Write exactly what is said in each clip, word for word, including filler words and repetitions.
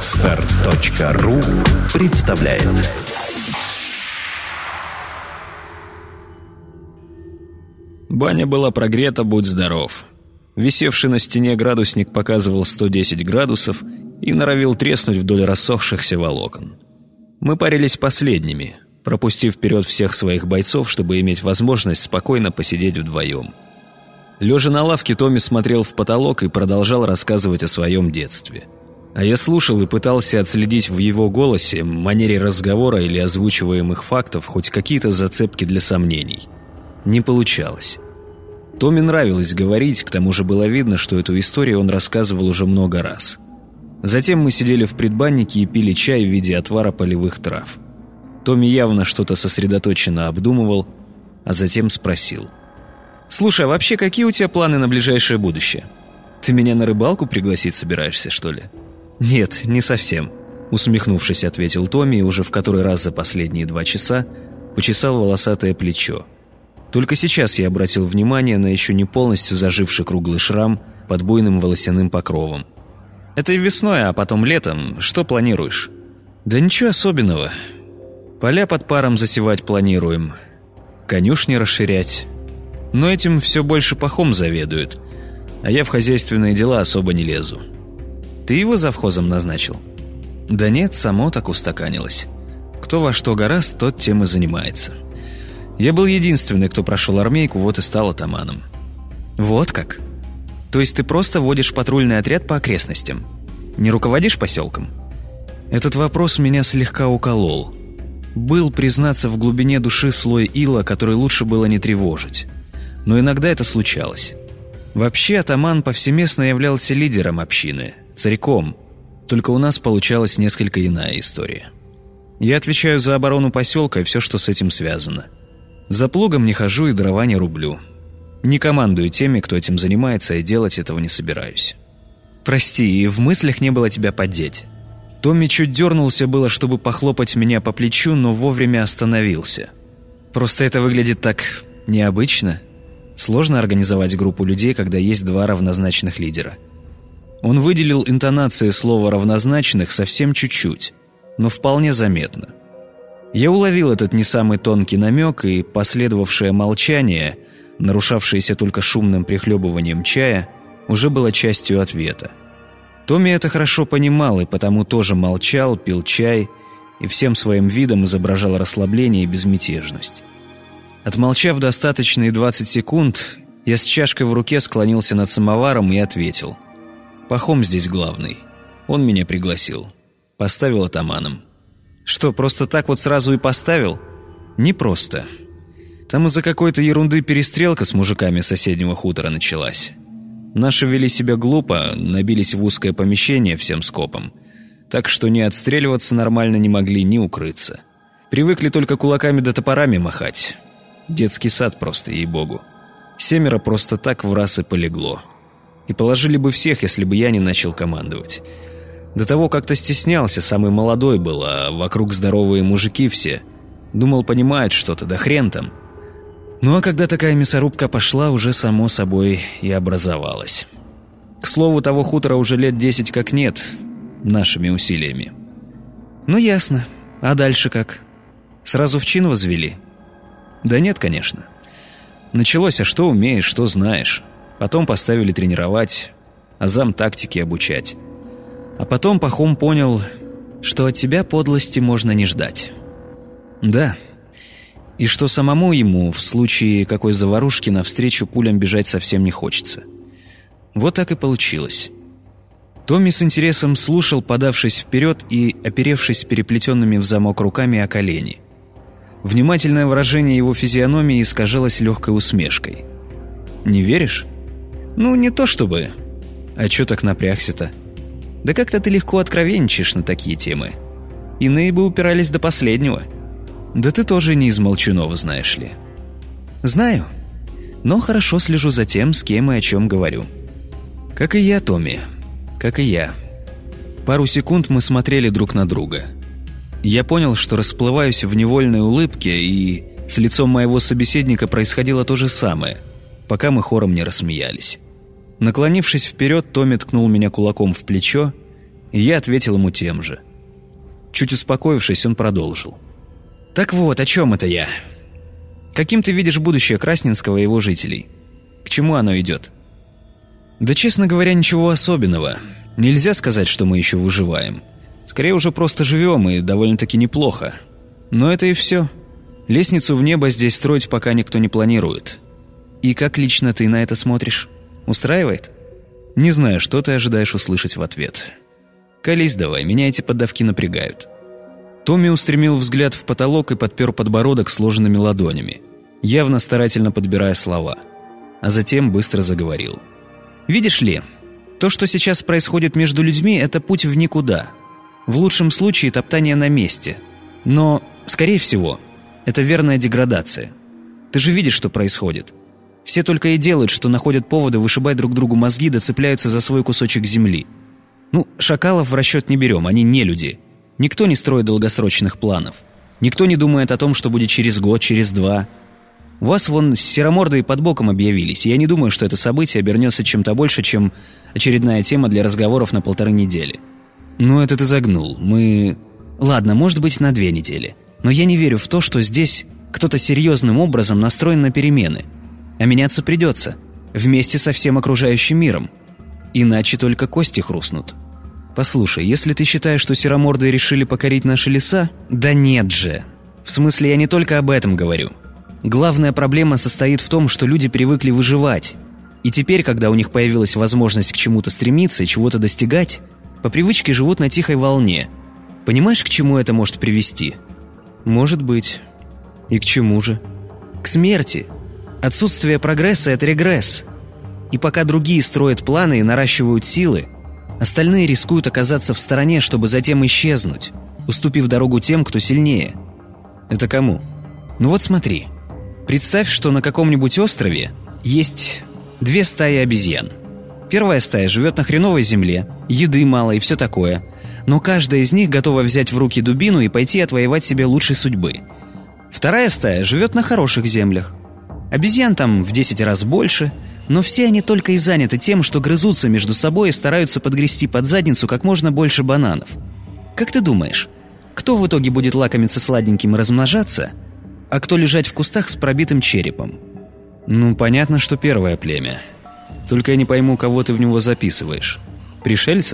Подстер точка ру представляет. Баня была прогрета, будь здоров. Висевший на стене градусник показывал сто десять градусов и норовил треснуть вдоль рассохшихся волокон. Мы парились последними, пропустив вперед всех своих бойцов, чтобы иметь возможность спокойно посидеть вдвоем. Лежа на лавке, Томми смотрел в потолок и продолжал рассказывать о своем детстве. А я слушал и пытался отследить в его голосе, манере разговора или озвучиваемых фактов хоть какие-то зацепки для сомнений. Не получалось. Томми нравилось говорить, к тому же было видно, что эту историю он рассказывал уже много раз. Затем мы сидели в предбаннике и пили чай в виде отвара полевых трав. Томми явно что-то сосредоточенно обдумывал, а затем спросил: «Слушай, а вообще какие у тебя планы на ближайшее будущее? Ты меня на рыбалку пригласить собираешься, что ли?» «Нет, не совсем», — усмехнувшись, ответил Томми и уже в который раз за последние два часа почесал волосатое плечо. Только сейчас я обратил внимание на еще не полностью заживший круглый шрам под буйным волосяным покровом. «Это и весной, а потом летом. Что планируешь?» «Да ничего особенного. Поля под паром засевать планируем, конюшни расширять. Но этим все больше Пахом заведует, а я в хозяйственные дела особо не лезу». «Ты его завхозом назначил?» «Да нет, само так устаканилось. Кто во что горазд, тот тем и занимается. Я был единственный, кто прошел армейку, вот и стал атаманом». «Вот как? То есть ты просто водишь патрульный отряд по окрестностям? Не руководишь поселком?» Этот вопрос меня слегка уколол. Был, признаться, в глубине души слой ила, который лучше было не тревожить. Но иногда это случалось. Вообще атаман повсеместно являлся лидером общины, царьком. Только у нас получалась несколько иная история. Я отвечаю за оборону поселка и все, что с этим связано. За плугом не хожу и дрова не рублю. Не командую теми, кто этим занимается, и делать этого не собираюсь. «Прости, и в мыслях не было тебя поддеть». Томми чуть дернулся было, чтобы похлопать меня по плечу, но вовремя остановился. «Просто это выглядит так необычно. Сложно организовать группу людей, когда есть два равнозначных лидера». Он выделил интонации слова «равнозначных» совсем чуть-чуть, но вполне заметно. Я уловил этот не самый тонкий намек, и последовавшее молчание, нарушавшееся только шумным прихлебыванием чая, уже было частью ответа. Томми это хорошо понимал и потому тоже молчал, пил чай и всем своим видом изображал расслабление и безмятежность. Отмолчав достаточные двадцать секунд, я с чашкой в руке склонился над самоваром и ответил: «Пахом здесь главный. Он меня пригласил. Поставил атаманом». «Что, просто так вот сразу и поставил?» «Не просто. Там из-за какой-то ерунды перестрелка с мужиками соседнего хутора началась. Наши вели себя глупо, набились в узкое помещение всем скопом, так что ни отстреливаться нормально не могли, ни укрыться. Привыкли только кулаками да топорами махать. Детский сад просто, ей-богу. Семеро просто так в раз и полегло. И положили бы всех, если бы я не начал командовать. До того как-то стеснялся, самый молодой был, а вокруг здоровые мужики все. Думал, понимают что-то, да хрен там. Ну а когда такая мясорубка пошла, уже само собой и образовалась. К слову, того хутора уже лет десять как нет, нашими усилиями». «Ну ясно. А дальше как? Сразу в чин возвели?» «Да нет, конечно. Началось, а что умеешь, что знаешь. Потом поставили тренировать, а зам тактики обучать. А потом Пахом понял, что от тебя подлости можно не ждать». «Да. И что самому ему в случае какой заварушки навстречу пулям бежать совсем не хочется. Вот так и получилось». Томми с интересом слушал, подавшись вперед и оперевшись переплетенными в замок руками о колени. Внимательное выражение его физиономии искажалось легкой усмешкой. «Не веришь?» «Ну, не то чтобы». «А чё так напрягся-то?» «Да как-то ты легко откровенничаешь на такие темы. Иные бы упирались до последнего». «Да ты тоже не из молчунов, знаешь ли». «Знаю, но хорошо слежу за тем, с кем и о чем говорю». «Как и я, Томми, как и я». Пару секунд мы смотрели друг на друга. Я понял, что расплываюсь в невольной улыбке, и с лицом моего собеседника происходило то же самое, пока мы хором не рассмеялись. Наклонившись вперед, Томми ткнул меня кулаком в плечо И я ответил ему тем же. Чуть успокоившись, он продолжил. «Так вот, о чем это я? Каким ты видишь будущее Красненского и его жителей? К чему оно идет?» «Да, честно говоря, ничего особенного. Нельзя сказать, что мы еще выживаем. Скорее уже просто живем, и довольно-таки неплохо. Но это и все. Лестницу в небо здесь строить пока никто не планирует. И как лично ты на это смотришь? Устраивает?» Не знаю, что ты ожидаешь услышать в ответ. «Колись давай, меня эти поддавки напрягают». Томми устремил взгляд в потолок и подпер подбородок сложенными ладонями, явно старательно подбирая слова. А затем быстро заговорил. «Видишь ли, то, что сейчас происходит между людьми, это путь в никуда. В лучшем случае топтание на месте. Но, скорее всего, это верная деградация. Ты же видишь, что происходит. Все только и делают, что находят поводы вышибать друг другу мозги да цепляются за свой кусочек земли. Ну, шакалов в расчет не берем, они не люди. Никто не строит долгосрочных планов. Никто не думает о том, что будет через год, через два. У вас вон серомордые под боком объявились, и я не думаю, что это событие обернется чем-то больше, чем очередная тема для разговоров на полторы недели. Ну, это ты загнул. Мы... Ладно, может быть, на две недели. Но я не верю в то, что здесь кто-то серьезным образом настроен на перемены. А меняться придется. Вместе со всем окружающим миром. Иначе только кости хрустнут. Послушай, если ты считаешь, что серомордые решили покорить наши леса... Да нет же. В смысле, я не только об этом говорю. Главная проблема состоит в том, что люди привыкли выживать. И теперь, когда у них появилась возможность к чему-то стремиться и чего-то достигать, по привычке живут на тихой волне. Понимаешь, к чему это может привести? Может быть. И к чему же? К смерти. Отсутствие прогресса – это регресс. И пока другие строят планы и наращивают силы, остальные рискуют оказаться в стороне, чтобы затем исчезнуть, уступив дорогу тем, кто сильнее. Это кому? Ну вот смотри. Представь, что на каком-нибудь острове есть две стаи обезьян. Первая стая живет на хреновой земле, еды мало и все такое, но каждая из них готова взять в руки дубину и пойти отвоевать себе лучшей судьбы. Вторая стая живет на хороших землях. Обезьян там в десять раз больше, но все они только и заняты тем, что грызутся между собой и стараются подгрести под задницу как можно больше бананов. Как ты думаешь, кто в итоге будет лакомиться сладеньким и размножаться, а кто лежать в кустах с пробитым черепом? Ну, понятно, что первое племя. Только я не пойму, кого ты в него записываешь. Пришельцев?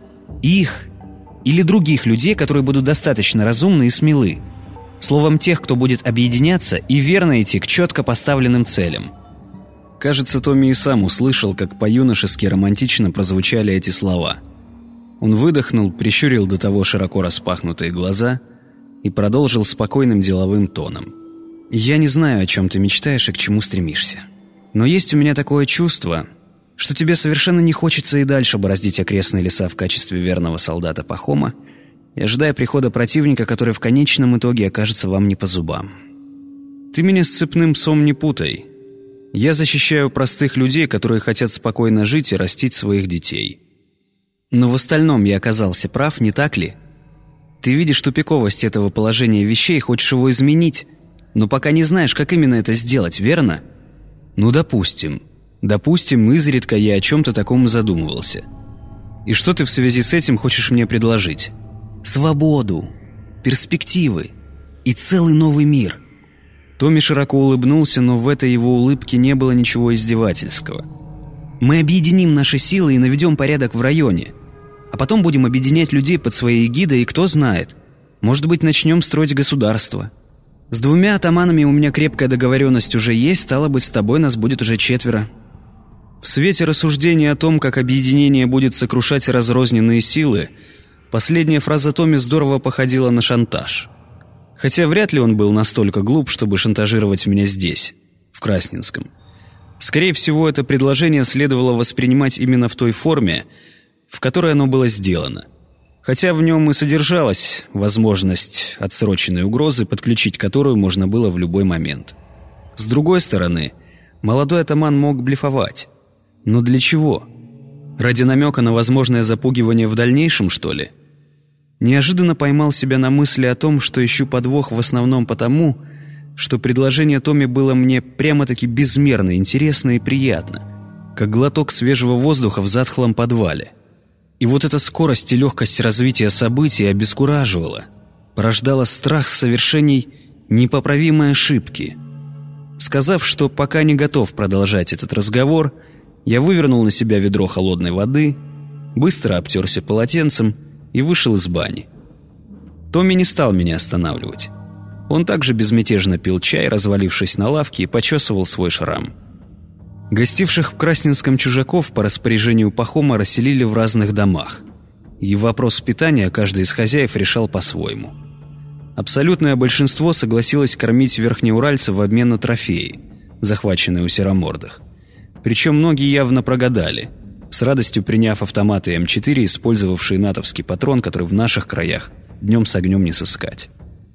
Их. Или других людей, которые будут достаточно разумны и смелы. Словом, тех, кто будет объединяться и верно идти к четко поставленным целям. Кажется, Томми и сам услышал, как по-юношески романтично прозвучали эти слова. Он выдохнул, прищурил до того широко распахнутые глаза и продолжил спокойным деловым тоном. «Я не знаю, о чем ты мечтаешь и к чему стремишься. Но есть у меня такое чувство, что тебе совершенно не хочется и дальше бороздить окрестные леса в качестве верного солдата Пахома и ожидая прихода противника, который в конечном итоге окажется вам не по зубам. Ты меня с цепным псом не путай. Я защищаю простых людей, которые хотят спокойно жить и растить своих детей. Но в остальном я оказался прав, не так ли? Ты видишь тупиковость этого положения вещей, хочешь его изменить, но пока не знаешь, как именно это сделать, верно? Ну, допустим. Допустим, изредка я о чем-то таком задумывался. И что ты в связи с этим хочешь мне предложить? Свободу, перспективы и целый новый мир. Томми широко улыбнулся, но в этой его улыбке не было ничего издевательского. Мы объединим наши силы и наведем порядок в районе. А потом будем объединять людей под своей эгидой, и кто знает, может быть, начнем строить государство. С двумя атаманами у меня крепкая договоренность уже есть, стало быть, с тобой нас будет уже четверо. В свете рассуждения о том, как объединение будет сокрушать разрозненные силы, последняя фраза Томми здорово походила на шантаж. Хотя вряд ли он был настолько глуп, чтобы шантажировать меня здесь, в Красненском. Скорее всего, это предложение следовало воспринимать именно в той форме, в которой оно было сделано. Хотя в нем и содержалась возможность отсроченной угрозы, подключить которую можно было в любой момент. С другой стороны, молодой атаман мог блефовать. Но для чего? Ради намека на возможное запугивание в дальнейшем, что ли? Неожиданно поймал себя на мысли о том, что ищу подвох в основном потому, что предложение Томми было мне прямо-таки безмерно интересно и приятно, как глоток свежего воздуха в затхлом подвале. И вот эта скорость и легкость развития событий обескураживала, порождала страх совершений непоправимой ошибки. Сказав, что пока не готов продолжать этот разговор, я вывернул на себя ведро холодной воды, быстро обтерся полотенцем и вышел из бани. Томми не стал меня останавливать. Он также безмятежно пил чай, развалившись на лавке, и почесывал свой шрам. Гостивших в Красненском чужаков по распоряжению Пахома расселили в разных домах, и вопрос питания каждый из хозяев решал по-своему. Абсолютное большинство согласилось кормить верхнеуральцев в обмен на трофеи, захваченные у серомордых. Причем многие явно прогадали, с радостью приняв автоматы эм четыре, использовавшие натовский патрон, который в наших краях днем с огнем не сыскать.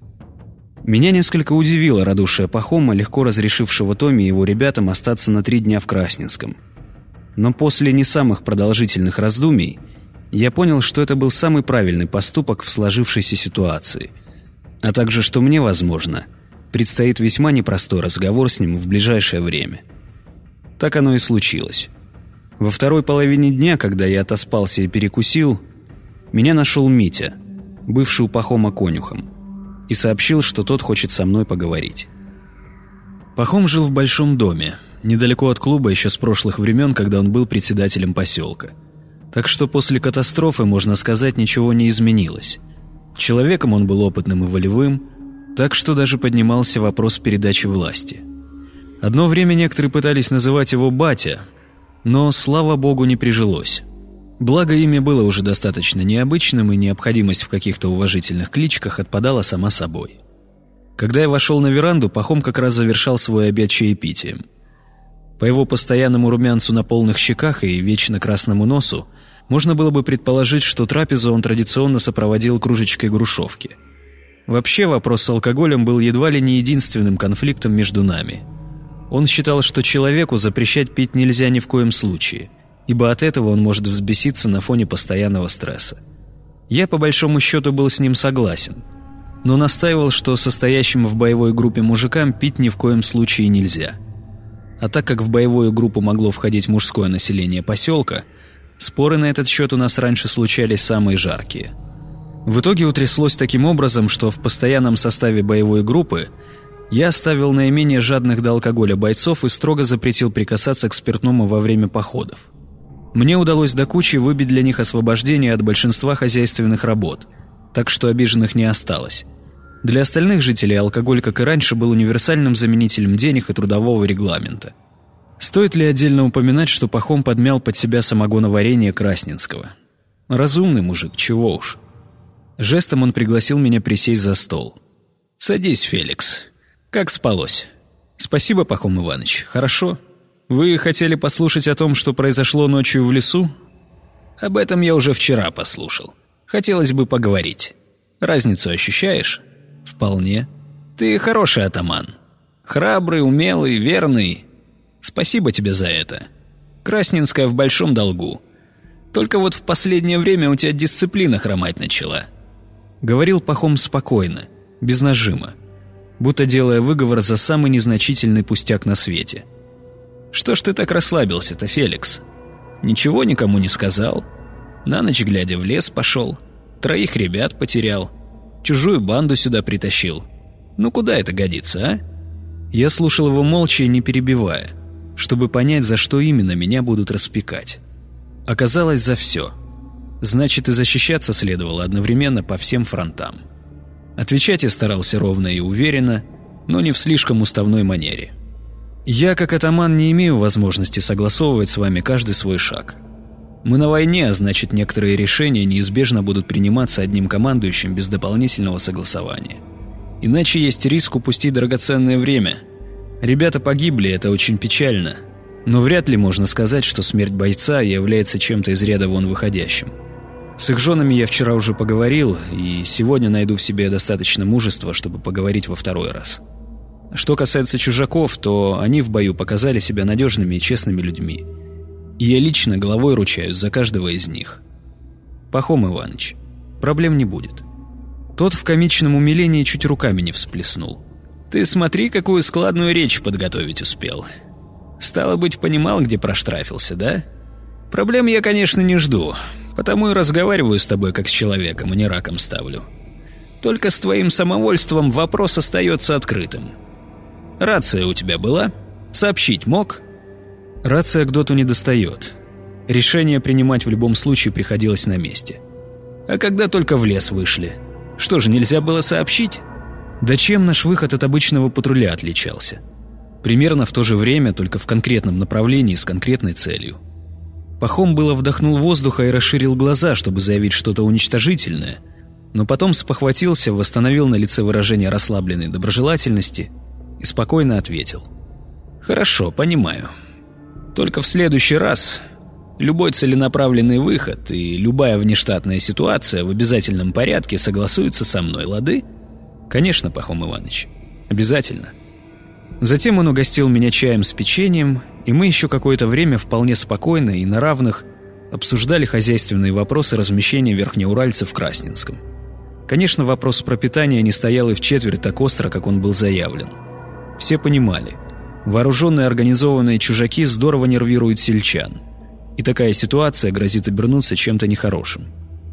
Меня несколько удивило радушие Пахома, легко разрешившего Томми и его ребятам остаться на три дня в Красненском. Но после не самых продолжительных раздумий я понял, что это был самый правильный поступок в сложившейся ситуации, а также, что мне, возможно, предстоит весьма непростой разговор с ним в ближайшее время. Так оно и случилось. Во второй половине дня, когда я отоспался и перекусил, меня нашел Митя, бывший у Пахома конюхом, и сообщил, что тот хочет со мной поговорить. Пахом жил в большом доме, недалеко от клуба еще с прошлых времен, когда он был председателем поселка. Так что после катастрофы, можно сказать, ничего не изменилось. Человеком он был опытным и волевым, так что даже поднимался вопрос передачи власти. Одно время некоторые пытались называть его «батя», но, слава богу, не прижилось. Благо, имя было уже достаточно необычным, и необходимость в каких-то уважительных кличках отпадала сама собой. Когда я вошел на веранду, Пахом как раз завершал свой обед чаепитием. По его постоянному румянцу на полных щеках и вечно красному носу можно было бы предположить, что трапезу он традиционно сопроводил кружечкой грушовки. Вообще, вопрос с алкоголем был едва ли не единственным конфликтом между нами. Он считал, что человеку запрещать пить нельзя ни в коем случае, ибо от этого он может взбеситься на фоне постоянного стресса. Я, по большому счету, был с ним согласен, но настаивал, что состоящим в боевой группе мужикам пить ни в коем случае нельзя. А так как в боевую группу могло входить мужское население поселка, споры на этот счет у нас раньше случались самые жаркие. В итоге утряслось таким образом, что в постоянном составе боевой группы я оставил наименее жадных до алкоголя бойцов и строго запретил прикасаться к спиртному во время походов. Мне удалось до кучи выбить для них освобождение от большинства хозяйственных работ, так что обиженных не осталось. Для остальных жителей алкоголь, как и раньше, был универсальным заменителем денег и трудового регламента. Стоит ли отдельно упоминать, что Пахом подмял под себя самогоноварение Красненского? Разумный мужик, чего уж. Жестом он пригласил меня присесть за стол. «Садись, Феликс. Как спалось?» «Спасибо, Пахом Иванович. Хорошо. Вы хотели послушать о том, что произошло ночью в лесу?» «Об этом я уже вчера послушал. Хотелось бы поговорить. Разницу ощущаешь?» «Вполне. Ты хороший атаман. Храбрый, умелый, верный. Спасибо тебе за это. Красненская в большом долгу. Только вот в последнее время у тебя дисциплина хромать начала». Говорил Пахом спокойно, без нажима, будто делая выговор за самый незначительный пустяк на свете. «Что ж ты так расслабился-то, Феликс? Ничего никому не сказал? На ночь глядя в лес пошел, троих ребят потерял, чужую банду сюда притащил. Ну куда это годится, а?» Я слушал его молча и не перебивая, чтобы понять, за что именно меня будут распекать. Оказалось, за все. Значит, и защищаться следовало одновременно по всем фронтам. Отвечать я старался ровно и уверенно, но не в слишком уставной манере. Я, как атаман, не имею возможности согласовывать с вами каждый свой шаг. Мы на войне, а значит, некоторые решения неизбежно будут приниматься одним командующим без дополнительного согласования. Иначе есть риск упустить драгоценное время. Ребята погибли, это очень печально, но вряд ли можно сказать, что смерть бойца является чем-то из ряда вон выходящим. С их женами я вчера уже поговорил, и сегодня найду в себе достаточно мужества, чтобы поговорить во второй раз. Что касается чужаков, то они в бою показали себя надежными и честными людьми. И я лично головой ручаюсь за каждого из них. Пахом Иванович, проблем не будет. Тот в комичном умилении чуть руками не всплеснул. Ты смотри, какую складную речь подготовить успел. Стало быть, понимал, где проштрафился, да? Проблем я, конечно, не жду. Потому и разговариваю с тобой как с человеком, а не раком ставлю. Только с твоим самовольством вопрос остается открытым. Рация у тебя была? Сообщить мог?» Рация к доту не достает. Решение принимать в любом случае приходилось на месте. А когда только в лес вышли, что же, нельзя было сообщить? Да чем наш выход от обычного патруля отличался? Примерно в то же время, только в конкретном направлении с конкретной целью. Пахом было вдохнул воздуха и расширил глаза, чтобы заявить что-то уничтожительное, но потом спохватился, восстановил на лице выражение расслабленной доброжелательности и спокойно ответил: «Хорошо, понимаю. Только в следующий раз любой целенаправленный выход и любая внештатная ситуация в обязательном порядке согласуются со мной, лады?» «Конечно, Пахом Иванович, обязательно». Затем он угостил меня чаем с печеньем, и мы еще какое-то время вполне спокойно и на равных обсуждали хозяйственные вопросы размещения верхнеуральцев в Красненском. Конечно, вопрос пропитания не стоял и в четверть так остро, как он был заявлен. Все понимали, вооруженные организованные чужаки здорово нервируют сельчан, и такая ситуация грозит обернуться чем-то нехорошим.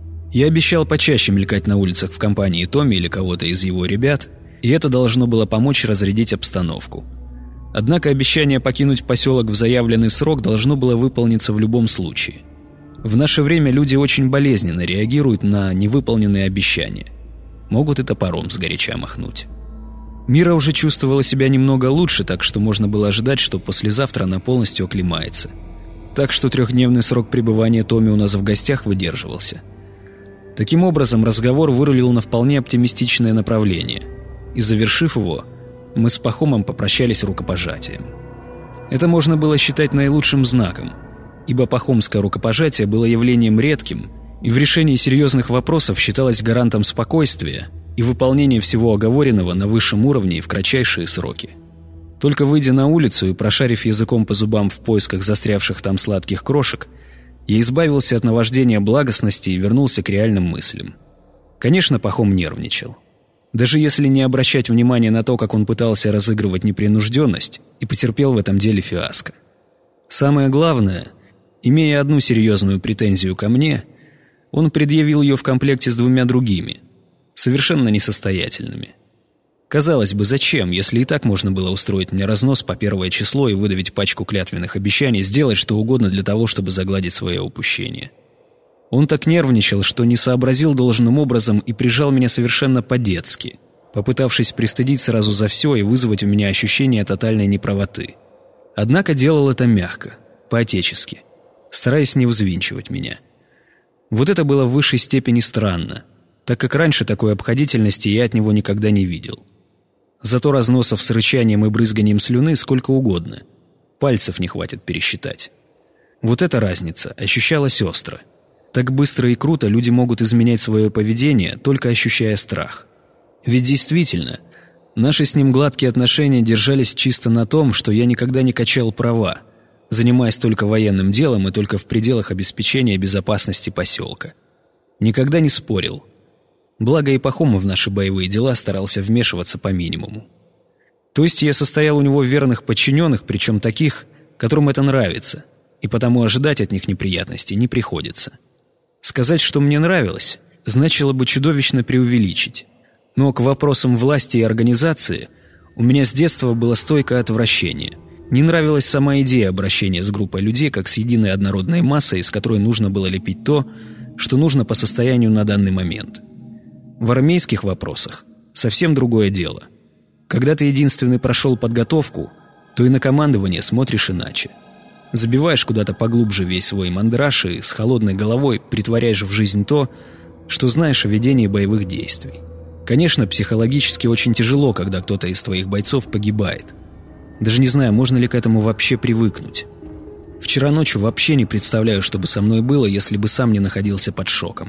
Я обещал почаще мелькать на улицах в компании Томми или кого-то из его ребят, и это должно было помочь разрядить обстановку. Однако обещание покинуть поселок в заявленный срок должно было выполниться в любом случае. В наше время люди очень болезненно реагируют на невыполненные обещания. Могут и топором сгоряча махнуть. Мира уже чувствовала себя немного лучше, так что можно было ожидать, что послезавтра она полностью оклемается. Так что трехдневный срок пребывания Томми у нас в гостях выдерживался. Таким образом, разговор вырулил на вполне оптимистичное направление, и, завершив его, мы с Пахомом попрощались рукопожатием. Это можно было считать наилучшим знаком, ибо пахомское рукопожатие было явлением редким и в решении серьезных вопросов считалось гарантом спокойствия и выполнения всего оговоренного на высшем уровне и в кратчайшие сроки. Только выйдя на улицу и прошарив языком по зубам в поисках застрявших там сладких крошек, я избавился от наваждения благостности и вернулся к реальным мыслям. Конечно, Пахом нервничал. Даже если не обращать внимания на то, как он пытался разыгрывать непринужденность, и потерпел в этом деле фиаско. Самое главное, имея одну серьезную претензию ко мне, он предъявил ее в комплекте с двумя другими, совершенно несостоятельными. Казалось бы, зачем, если и так можно было устроить мне разнос по первое число и выдавить пачку клятвенных обещаний, сделать что угодно для того, чтобы загладить свое упущение. Он так нервничал, что не сообразил должным образом и прижал меня совершенно по-детски, попытавшись пристыдить сразу за все и вызвать у меня ощущение тотальной неправоты. Однако делал это мягко, по-отечески, стараясь не взвинчивать меня. Вот это было в высшей степени странно, так как раньше такой обходительности я от него никогда не видел. Зато разносов с рычанием и брызганием слюны сколько угодно. Пальцев не хватит пересчитать. Вот эта разница ощущалась остро. Так быстро и круто люди могут изменять свое поведение, только ощущая страх. Ведь действительно, наши с ним гладкие отношения держались чисто на том, что я никогда не качал права, занимаясь только военным делом и только в пределах обеспечения безопасности поселка. Никогда не спорил. Благо и Пахом в наши боевые дела старался вмешиваться по минимуму. То есть я состоял у него в верных подчиненных, причем таких, которым это нравится, и потому ожидать от них неприятностей не приходится. Сказать, что мне нравилось, значило бы чудовищно преувеличить. Но к вопросам власти и организации у меня с детства было стойкое отвращение. Не нравилась сама идея обращения с группой людей, как с единой однородной массой, из которой нужно было лепить то, что нужно по состоянию на данный момент. В армейских вопросах совсем другое дело. Когда ты единственный прошел подготовку, то и на командование смотришь иначе. Забиваешь куда-то поглубже весь свой мандраж и с холодной головой притворяешь в жизнь то, что знаешь о ведении боевых действий. Конечно, психологически очень тяжело, когда кто-то из твоих бойцов погибает. Даже не знаю, можно ли к этому вообще привыкнуть. Вчера ночью вообще не представляю, что бы со мной было, если бы сам не находился под шоком.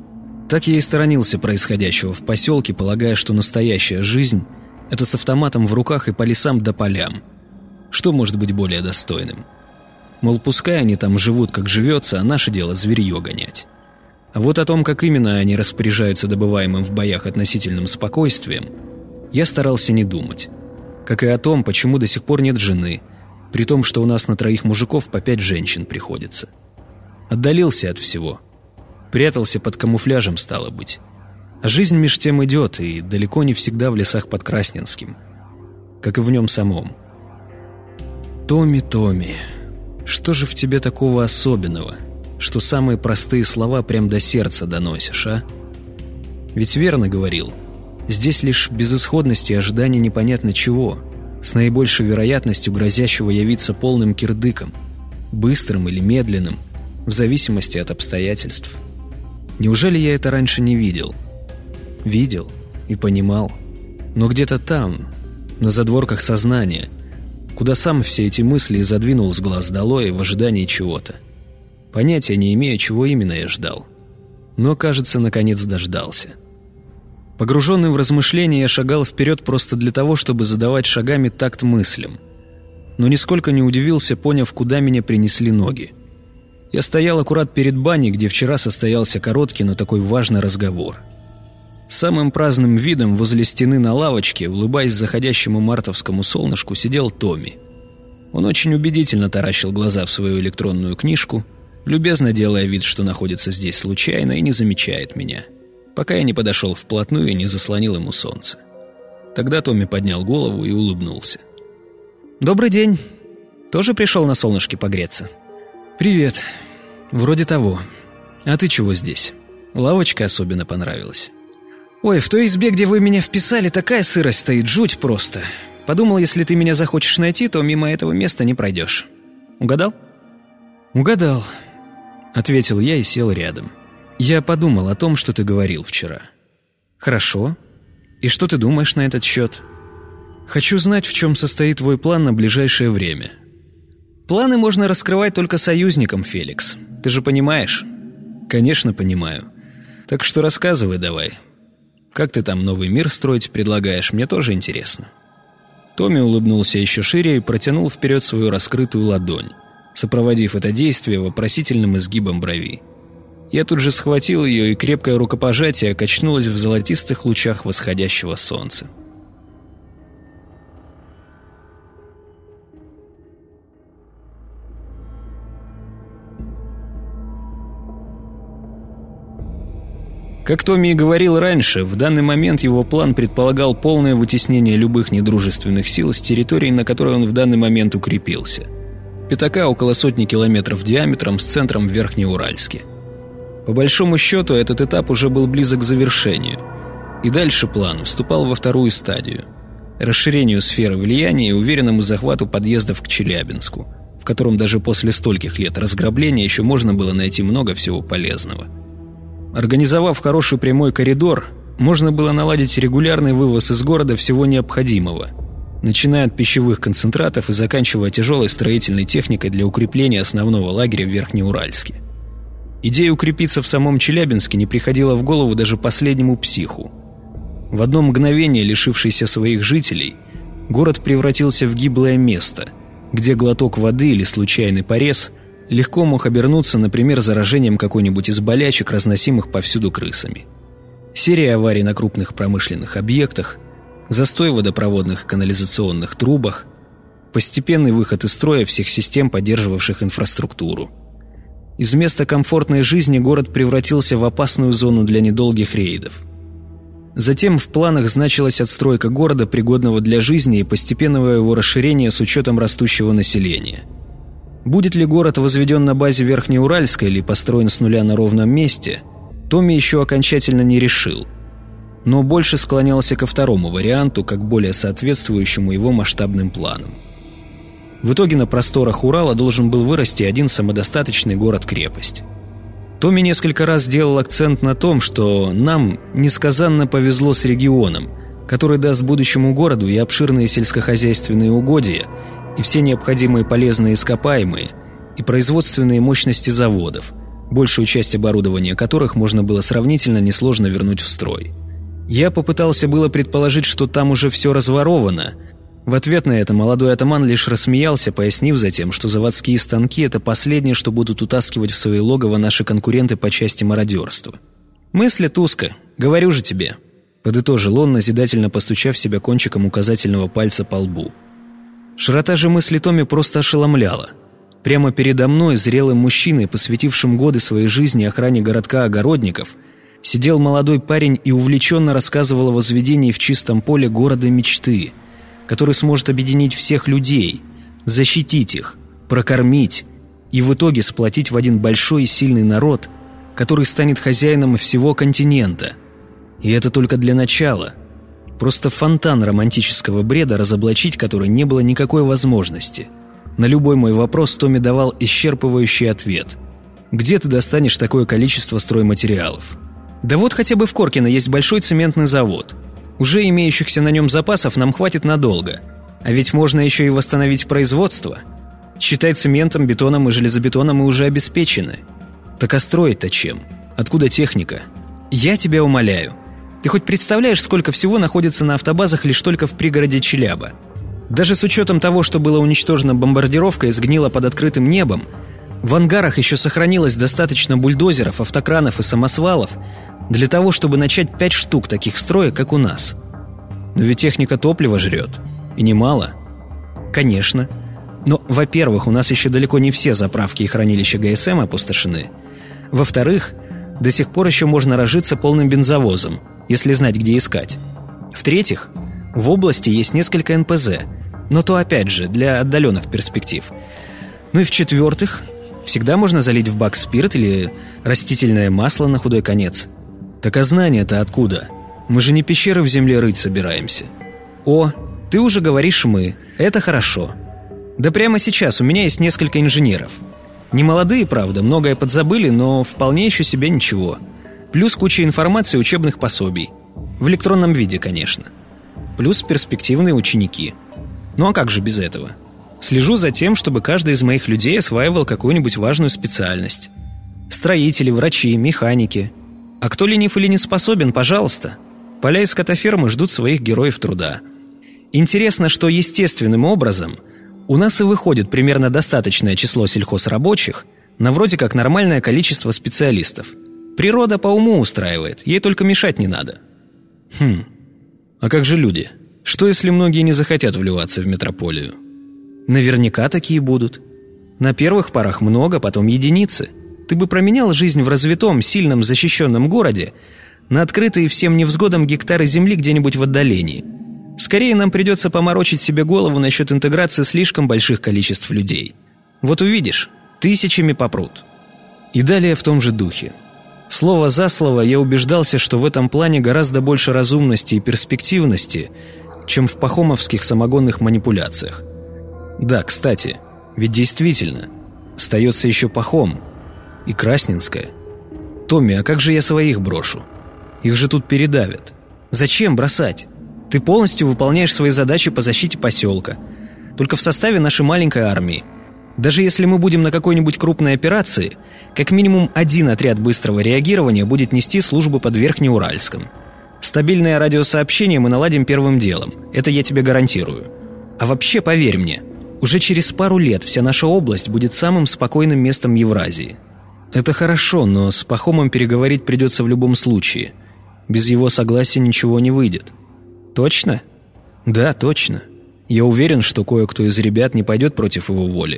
Так я и сторонился происходящего в поселке, полагая, что настоящая жизнь – это с автоматом в руках и по лесам да полям. Что может быть более достойным? Мол, пускай они там живут, как живется, а наше дело зверье гонять. А вот о том, как именно они распоряжаются добываемым в боях относительным спокойствием, я старался не думать. Как и о том, почему до сих пор нет жены, при том, что у нас на троих мужиков по пять женщин приходится. Отдалился от всего. Прятался под камуфляжем, стало быть. А жизнь меж тем идет, и далеко не всегда в лесах под Красненским, как и в нем самом. Томми, Томми, что же в тебе такого особенного, что самые простые слова прям до сердца доносишь, а? Ведь верно говорил, здесь лишь безысходность и ожидание непонятно чего, с наибольшей вероятностью грозящего явиться полным кирдыком, быстрым или медленным, в зависимости от обстоятельств. Неужели я это раньше не видел? Видел и понимал, но где-то там, на задворках сознания, куда сам все эти мысли задвинул с глаз долой в ожидании чего-то. Понятия не имею, чего именно я ждал, но, кажется, наконец дождался. Погруженный в размышления, я шагал вперед просто для того, чтобы задавать шагами такт мыслям, но нисколько не удивился, поняв, куда меня принесли ноги. Я стоял аккурат перед баней, где вчера состоялся короткий, но такой важный разговор. Самым праздным видом возле стены на лавочке, улыбаясь заходящему мартовскому солнышку, сидел Томми. Он очень убедительно таращил глаза в свою электронную книжку, любезно делая вид, что находится здесь случайно и не замечает меня, пока я не подошел вплотную и не заслонил ему солнце. Тогда Томми поднял голову и улыбнулся. «Добрый день. Тоже пришел на солнышке погреться?» «Привет. Вроде того. А ты чего здесь? Лавочка особенно понравилась». «Ой, в той избе, где вы меня вписали, такая сырость стоит, жуть просто. Подумал, если ты меня захочешь найти, то мимо этого места не пройдешь. Угадал?» «Угадал», — ответил я и сел рядом. «Я подумал о том, что ты говорил вчера». «Хорошо. И что ты думаешь на этот счет?» «Хочу знать, в чем состоит твой план на ближайшее время». «Планы можно раскрывать только союзникам, Феликс. Ты же понимаешь?» «Конечно, понимаю. Так что рассказывай давай. Как ты там новый мир строить предлагаешь, мне тоже интересно». Томми улыбнулся еще шире и протянул вперед свою раскрытую ладонь, сопроводив это действие вопросительным изгибом брови. Я тут же схватил ее, и крепкое рукопожатие качнулось в золотистых лучах восходящего солнца. Как Томми и говорил раньше, в данный момент его план предполагал полное вытеснение любых недружественных сил с территории, на которой он в данный момент укрепился. Пятака около сотни километров диаметром с центром в Верхнеуральске. По большому счету, этот этап уже был близок к завершению. И дальше план вступал во вторую стадию – расширению сферы влияния и уверенному захвату подъездов к Челябинску, в котором даже после стольких лет разграбления еще можно было найти много всего полезного. Организовав хороший прямой коридор, можно было наладить регулярный вывоз из города всего необходимого, начиная от пищевых концентратов и заканчивая тяжелой строительной техникой для укрепления основного лагеря в Верхнеуральске. Идея укрепиться в самом Челябинске не приходила в голову даже последнему психу. В одно мгновение, лишившийся своих жителей, город превратился в гиблое место, где глоток воды или случайный порез легко мог обернуться, например, заражением какой-нибудь из болячек, разносимых повсюду крысами. Серия аварий на крупных промышленных объектах, застой в водопроводных и канализационных трубах, постепенный выход из строя всех систем, поддерживавших инфраструктуру. Из места комфортной жизни город превратился в опасную зону для недолгих рейдов. Затем в планах значилась отстройка города, пригодного для жизни, и постепенного его расширения с учетом растущего населения. Будет ли город возведен на базе Верхнеуральска или построен с нуля на ровном месте, Томми еще окончательно не решил, но больше склонялся ко второму варианту, как более соответствующему его масштабным планам. В итоге на просторах Урала должен был вырасти один самодостаточный город-крепость. Томми несколько раз делал акцент на том, что нам несказанно повезло с регионом, который даст будущему городу и обширные сельскохозяйственные угодья, и все необходимые полезные ископаемые, и производственные мощности заводов, большую часть оборудования которых можно было сравнительно несложно вернуть в строй. Я попытался было предположить, что там уже все разворовано. В ответ на это молодой атаман лишь рассмеялся, пояснив затем, что заводские станки – это последнее, что будут утаскивать в свои логово наши конкуренты по части мародерства. «Мыслят узко, говорю же тебе», – подытожил он, назидательно постучав себя кончиком указательного пальца по лбу. Широта же мысли Томми просто ошеломляла. Прямо передо мной, зрелым мужчиной, посвятившим годы своей жизни охране городка огородников, сидел молодой парень и увлеченно рассказывал о возведении в чистом поле города мечты, который сможет объединить всех людей, защитить их, прокормить и в итоге сплотить в один большой и сильный народ, который станет хозяином всего континента. И это только для начала. Просто фонтан романтического бреда, разоблачить который не было никакой возможности. На любой мой вопрос Томми давал исчерпывающий ответ. Где ты достанешь такое количество стройматериалов? Да вот хотя бы в Коркино есть большой цементный завод. Уже имеющихся на нем запасов нам хватит надолго. А ведь можно еще и восстановить производство. Считай, цементом, бетоном и железобетоном мы уже обеспечены. Так а строить-то чем? Откуда техника? Я тебя умоляю. Ты хоть представляешь, сколько всего находится на автобазах лишь только в пригороде Челяба? Даже с учетом того, что было уничтожено бомбардировкой и сгнило под открытым небом, в ангарах еще сохранилось достаточно бульдозеров, автокранов и самосвалов для того, чтобы начать пять штук таких строек, как у нас. Но ведь техника топлива жрет. И немало. Конечно. Но, во-первых, у нас еще далеко не все заправки и хранилища ГСМ опустошены. Во-вторых, до сих пор еще можно разжиться полным бензовозом, если знать, где искать. В-третьих, в области есть несколько эн пэ зэ, но то опять же для отдаленных перспектив. Ну и в-четвертых, всегда можно залить в бак спирт или растительное масло на худой конец. Так а знания-то откуда? Мы же не пещеры в земле рыть собираемся. О, ты уже говоришь «мы», это хорошо. Да прямо сейчас у меня есть несколько инженеров. Не молодые, правда, многое подзабыли, но вполне еще себе ничего. Плюс куча информации, учебных пособий. В электронном виде, конечно. Плюс перспективные ученики. Ну а как же без этого? Слежу за тем, чтобы каждый из моих людей осваивал какую-нибудь важную специальность. Строители, врачи, механики. А кто ленив или не способен, пожалуйста. Поля и скотофермы ждут своих героев труда. Интересно, что естественным образом у нас и выходит примерно достаточное число сельхозрабочих на вроде как нормальное количество специалистов. Природа по уму устраивает, ей только мешать не надо. Хм, а как же люди? Что если многие не захотят вливаться в метрополию? Наверняка такие будут. На первых порах много, потом единицы. Ты бы променял жизнь в развитом, сильном, защищенном городе на открытые всем невзгодам гектары земли где-нибудь в отдалении. Скорее нам придется поморочить себе голову насчет интеграции слишком больших количеств людей. Вот увидишь, тысячами попрут. И далее в том же духе. Слово за слово я убеждался, что в этом плане гораздо больше разумности и перспективности, чем в пахомовских самогонных манипуляциях. Да, кстати, ведь действительно, остается еще Пахом и Красненская. Томми, а как же я своих брошу? Их же тут передавят. Зачем бросать? Ты полностью выполняешь свои задачи по защите поселка, только в составе нашей маленькой армии. Даже если мы будем на какой-нибудь крупной операции, как минимум один отряд быстрого реагирования будет нести службу под Верхнеуральском. Стабильное радиосообщение мы наладим первым делом, это я тебе гарантирую. А вообще, поверь мне, уже через пару лет вся наша область будет самым спокойным местом Евразии. Это хорошо, но с Пахомом переговорить придется в любом случае. Без его согласия ничего не выйдет. Точно? Да, точно. Я уверен, что кое-кто из ребят не пойдет против его воли.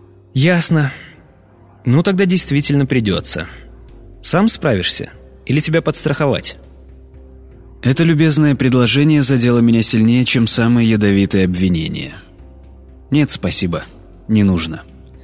Ясно. Ну тогда действительно придется. Сам справишься? Или тебя подстраховать? Это любезное предложение задело меня сильнее, чем самые ядовитые обвинения. Нет, спасибо. Не нужно.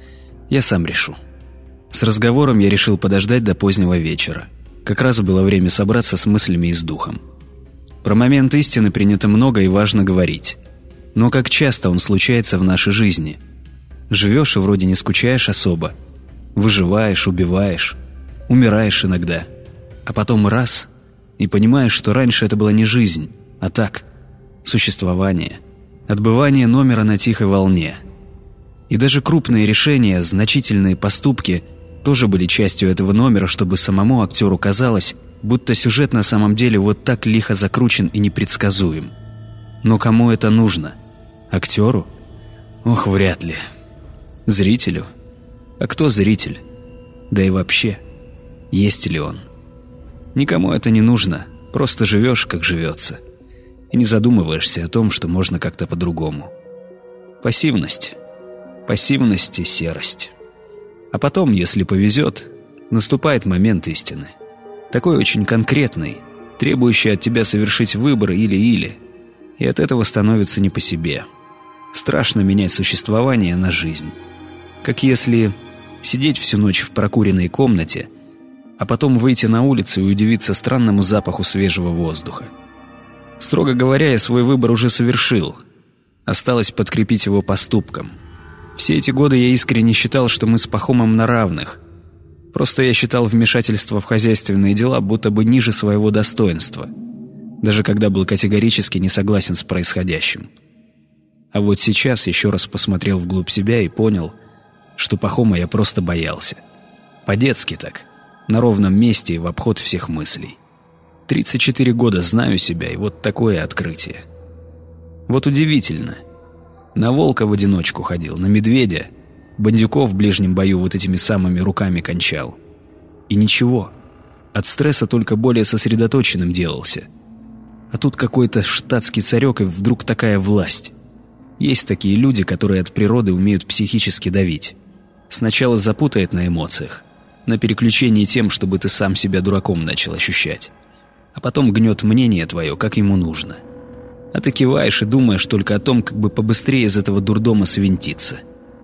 Я сам решу. С разговором я решил подождать до позднего вечера. Как раз было время собраться с мыслями и с духом. Про момент истины принято много и важно говорить. Но как часто он случается в нашей жизни? Живешь и вроде не скучаешь особо. Выживаешь, убиваешь, умираешь иногда. А потом раз – и понимаешь, что раньше это была не жизнь, а так, существование, отбывание номера на тихой волне. И даже крупные решения, значительные поступки тоже были частью этого номера, чтобы самому актеру казалось, будто сюжет на самом деле вот так лихо закручен и непредсказуем. Но кому это нужно? Актеру? Ох, вряд ли. Зрителю? А кто зритель? Да и вообще, есть ли он? Никому это не нужно, просто живешь, как живется. И не задумываешься о том, что можно как-то по-другому. Пассивность. Пассивность и серость. А потом, если повезет, наступает момент истины. Такой очень конкретный, требующий от тебя совершить выбор или-или. И от этого становится не по себе. Страшно менять существование на жизнь. Как если сидеть всю ночь в прокуренной комнате, а потом выйти на улицу и удивиться странному запаху свежего воздуха. Строго говоря, я свой выбор уже совершил. Осталось подкрепить его поступком. Все эти годы я искренне считал, что мы с Пахомом на равных. Просто я считал вмешательство в хозяйственные дела будто бы ниже своего достоинства, даже когда был категорически не согласен с происходящим. А вот сейчас еще раз посмотрел вглубь себя и понял, что Пахома я просто боялся. По-детски так, на ровном месте и в обход всех мыслей. тридцать четыре года знаю себя, и вот такое открытие. Вот удивительно. На волка в одиночку ходил, на медведя, бандюков в ближнем бою вот этими самыми руками кончал. И ничего. От стресса только более сосредоточенным делался. А тут какой-то штатский царек, и вдруг такая власть. Есть такие люди, которые от природы умеют психически давить. Сначала запутает на эмоциях, на переключении тем, чтобы ты сам себя дураком начал ощущать. А потом гнет мнение твое, как ему нужно. А ты киваешь и думаешь только о том, как бы побыстрее из этого дурдома свинтиться.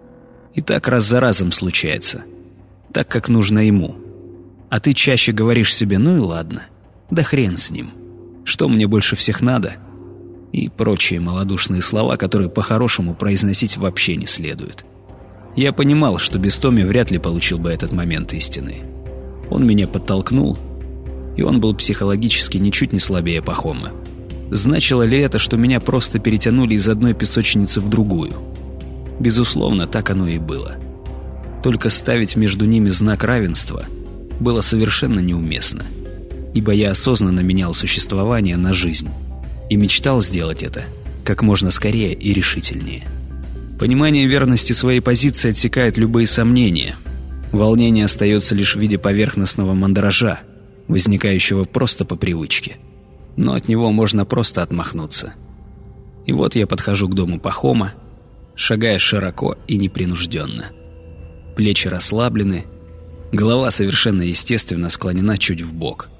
И так раз за разом случается. Так, как нужно ему. А ты чаще говоришь себе: ну и ладно, да хрен с ним. Что мне больше всех надо? И прочие малодушные слова, которые по-хорошему произносить вообще не следует. Я понимал, что без Томи вряд ли получил бы этот момент истины. Он меня подтолкнул, и он был психологически ничуть не слабее Пахома. Значило ли это, что меня просто перетянули из одной песочницы в другую? Безусловно, так оно и было. Только ставить между ними знак равенства было совершенно неуместно, ибо я осознанно менял существование на жизнь и мечтал сделать это как можно скорее и решительнее. Понимание верности своей позиции отсекает любые сомнения. Волнение остается лишь в виде поверхностного мандража, возникающего просто по привычке. Но от него можно просто отмахнуться. И вот я подхожу к дому Пахома, шагая широко и непринужденно. Плечи расслаблены, голова совершенно естественно склонена чуть вбок.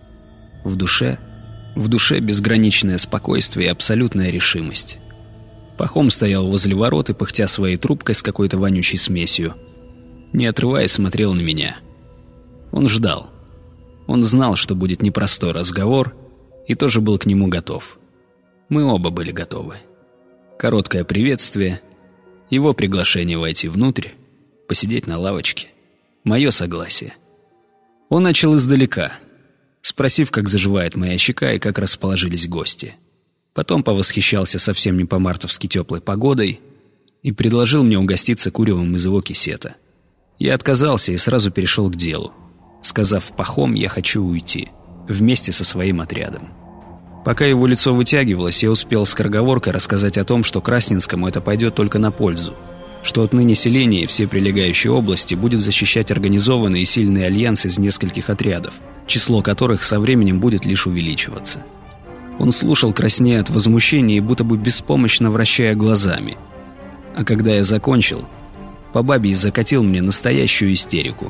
В душе, в душе безграничное спокойствие и абсолютная решимость. Пахом стоял возле ворот и, пыхтя своей трубкой с какой-то вонючей смесью, не отрываясь, смотрел на меня. Он ждал. Он знал, что будет непростой разговор, и тоже был к нему готов. Мы оба были готовы. Короткое приветствие, его приглашение войти внутрь, посидеть на лавочке, мое согласие. Он начал издалека, спросив, как заживает моя щека и как расположились гости. Потом повосхищался совсем не по-мартовски теплой погодой и предложил мне угоститься куревом из его кисета. Я отказался и сразу перешел к делу, сказав Пахом: я хочу уйти, вместе со своим отрядом. Пока его лицо вытягивалось, я успел скороговоркой рассказать о том, что Красненскому это пойдет только на пользу, что отныне селение и все прилегающие области будет защищать организованный и сильный альянс из нескольких отрядов, число которых со временем будет лишь увеличиваться. Он слушал, краснея от возмущения и будто бы беспомощно вращая глазами. А когда я закончил, по бабье закатил мне настоящую истерику.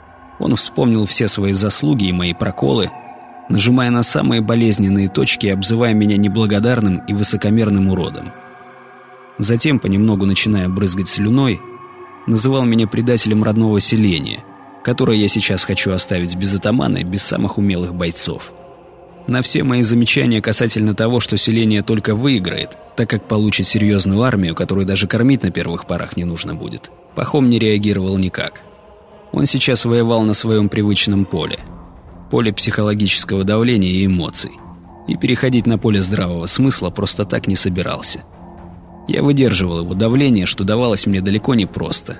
Он вспомнил все свои заслуги и мои проколы, нажимая на самые болезненные точки и обзывая меня неблагодарным и высокомерным уродом. Затем, понемногу начиная брызгать слюной, называл меня предателем родного селения, которое я сейчас хочу оставить без атамана и без самых умелых бойцов. На все мои замечания касательно того, что селение только выиграет, так как получит серьезную армию, которую даже кормить на первых порах не нужно будет, Пахом не реагировал никак. Он сейчас воевал на своем привычном поле, поле психологического давления и эмоций, и переходить на поле здравого смысла просто так не собирался. Я выдерживал его давление, что давалось мне далеко не просто,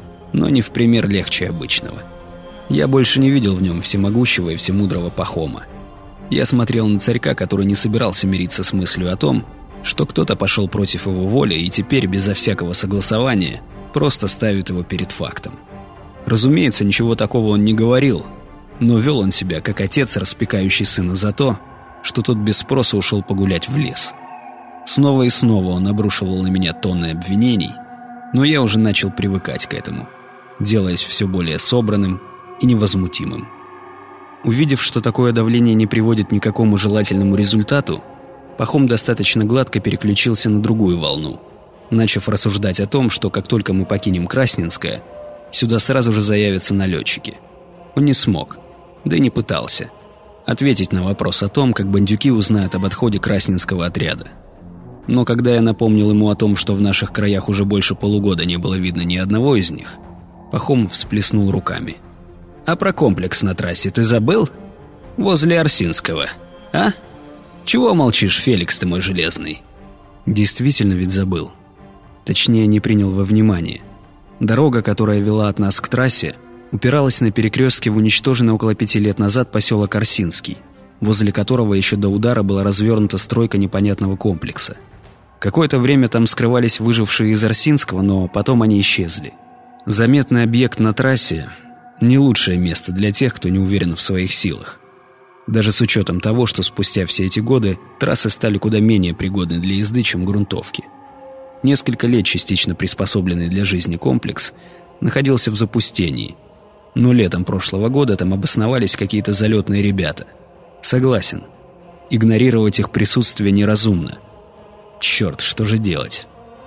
но не в пример легче обычного. Я больше не видел в нем всемогущего и всемудрого Пахома. Я смотрел на царька, который не собирался мириться с мыслью о том, что кто-то пошел против его воли и теперь безо всякого согласования просто ставит его перед фактом. Разумеется, ничего такого он не говорил, но вел он себя как отец, распекающий сына за то, что тот без спроса ушел погулять в лес. Снова и снова он обрушивал на меня тонны обвинений, но я уже начал привыкать к этому. делаясь все более собранным и невозмутимым. Увидев, что такое давление не приводит ни к какому желательному результату, Пахом достаточно гладко переключился на другую волну, начав рассуждать о том, что как только мы покинем Красненское, сюда сразу же заявятся налетчики. Он не смог, да и не пытался, ответить на вопрос о том, как бандюки узнают об отходе Красненского отряда. Но когда я напомнил ему о том, что в наших краях уже больше полугода не было видно ни одного из них, Пахом всплеснул руками. «А про комплекс на трассе ты забыл? Возле Арсинского, а? Чего молчишь, Феликс ты мой железный?» Действительно ведь забыл. Точнее, не принял во внимание. Дорога, которая вела от нас к трассе, упиралась на перекрестке в уничтоженный около пяти лет назад поселок Арсинский, возле которого еще до удара была развернута стройка непонятного комплекса. Какое-то время там скрывались выжившие из Арсинского, но потом они исчезли. Заметный объект на трассе – не лучшее место для тех, кто не уверен в своих силах. Даже с учетом того, что спустя все эти годы трассы стали куда менее пригодны для езды, чем грунтовки. Несколько лет частично приспособленный для жизни комплекс находился в запустении, но летом прошлого года там обосновались какие-то залетные ребята. Согласен, игнорировать их присутствие неразумно. Черт, что же делать?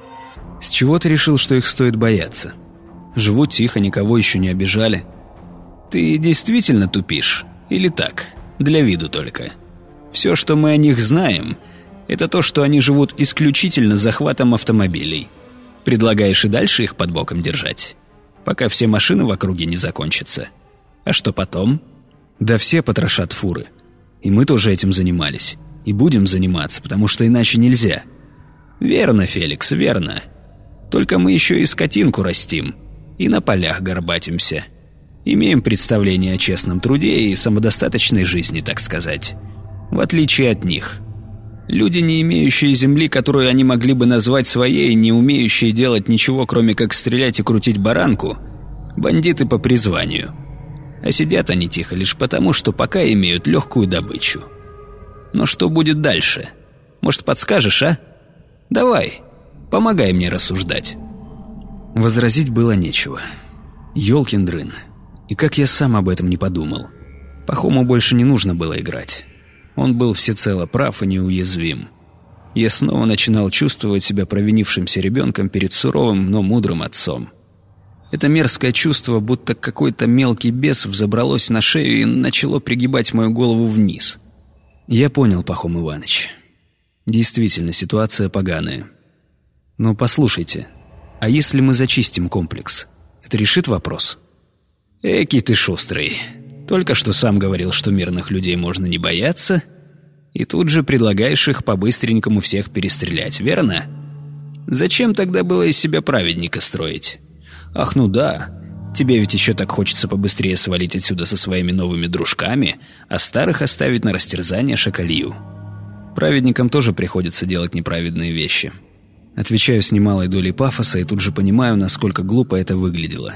С чего ты решил, что их стоит бояться? Живут тихо, никого еще не обижали. Ты действительно тупишь? Или так? Для виду только. Все, что мы о них знаем, это то, что они живут исключительно захватом автомобилей. Предлагаешь и дальше их под боком держать, пока все машины в округе не закончатся. А что потом? Да все потрошат фуры. И мы тоже этим занимались. И будем заниматься, потому что иначе нельзя. Верно, Феликс, верно. Только мы еще и скотинку растим. И на полях горбатимся. Имеем представление о честном труде и самодостаточной жизни, так сказать. В отличие от них. Люди, не имеющие земли, которую они могли бы назвать своей, не умеющие делать ничего, кроме как стрелять и крутить баранку, бандиты по призванию. А сидят они тихо лишь потому, что пока имеют легкую добычу. Но что будет дальше? Может, подскажешь, а? Давай, помогай мне рассуждать. Возразить было нечего. Ёлкин дрын. И как я сам об этом не подумал. Пахому больше не нужно было играть. Он был всецело прав и неуязвим. Я снова начинал чувствовать себя провинившимся ребенком перед суровым, но мудрым отцом. Это мерзкое чувство, будто какой-то мелкий бес взобралось на шею и начало пригибать мою голову вниз. Я понял, Пахом Иваныч. Действительно, ситуация поганая. Но послушайте, а если мы зачистим комплекс, это решит вопрос? Эки ты шустрый. Только что сам говорил, что мирных людей можно не бояться, и тут же предлагаешь их по-быстренькому всех перестрелять, верно? Зачем тогда было из себя праведника строить? Ах, ну да, тебе ведь еще так хочется побыстрее свалить отсюда со своими новыми дружками, а старых оставить на растерзание шакалью. Праведникам тоже приходится делать неправедные вещи. Отвечаю с немалой долей пафоса и тут же понимаю, насколько глупо это выглядело.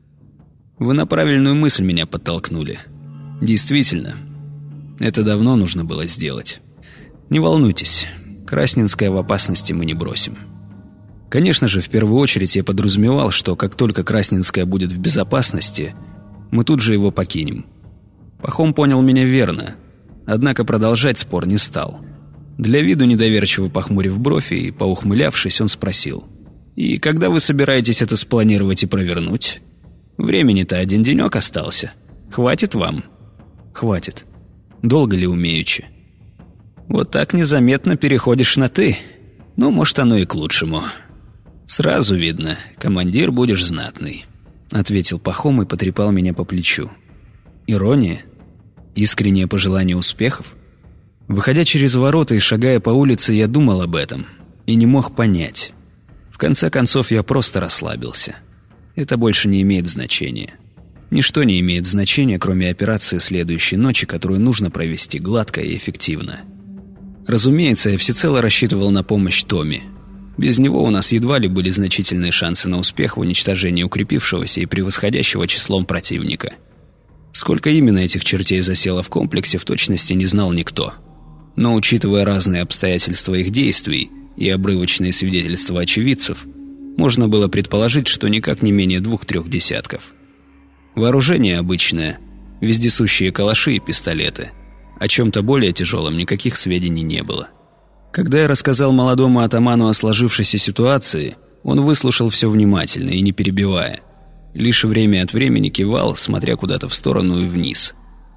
Вы на правильную мысль меня подтолкнули. Действительно, это давно нужно было сделать. Не волнуйтесь, Красненское в опасности мы не бросим. Конечно же, в первую очередь я подразумевал, что как только Красненское будет в безопасности, мы тут же его покинем. Пахом понял меня верно, однако продолжать спор не стал. Для виду недоверчиво похмурив бровь и поухмылявшись, он спросил: «И когда вы собираетесь это спланировать и провернуть? Времени-то один денек остался. Хватит вам?» «Хватит. Долго ли умеючи?» «Вот так незаметно переходишь на «ты». Ну, может, оно и к лучшему. Сразу видно, командир будешь знатный», — ответил Пахом и потрепал меня по плечу. Ирония? Искреннее пожелание успехов? Выходя через ворота и шагая по улице, я думал об этом и не мог понять. В конце концов, я просто расслабился. Это больше не имеет значения. Ничто не имеет значения, кроме операции следующей ночи, которую нужно провести гладко и эффективно. Разумеется, я всецело рассчитывал на помощь Томми. Без него у нас едва ли были значительные шансы на успех в уничтожении укрепившегося и превосходящего числом противника. Сколько именно этих чертей засело в комплексе, в точности не знал никто. Но учитывая разные обстоятельства их действий и обрывочные свидетельства очевидцев, можно было предположить, что никак не менее двух-трех десятков. Вооружение обычное, вездесущие калаши и пистолеты. О чем-то более тяжелом никаких сведений не было. Когда я рассказал молодому атаману о сложившейся ситуации, он выслушал все внимательно и не перебивая. Лишь время от времени кивал, смотря куда-то в сторону и вниз.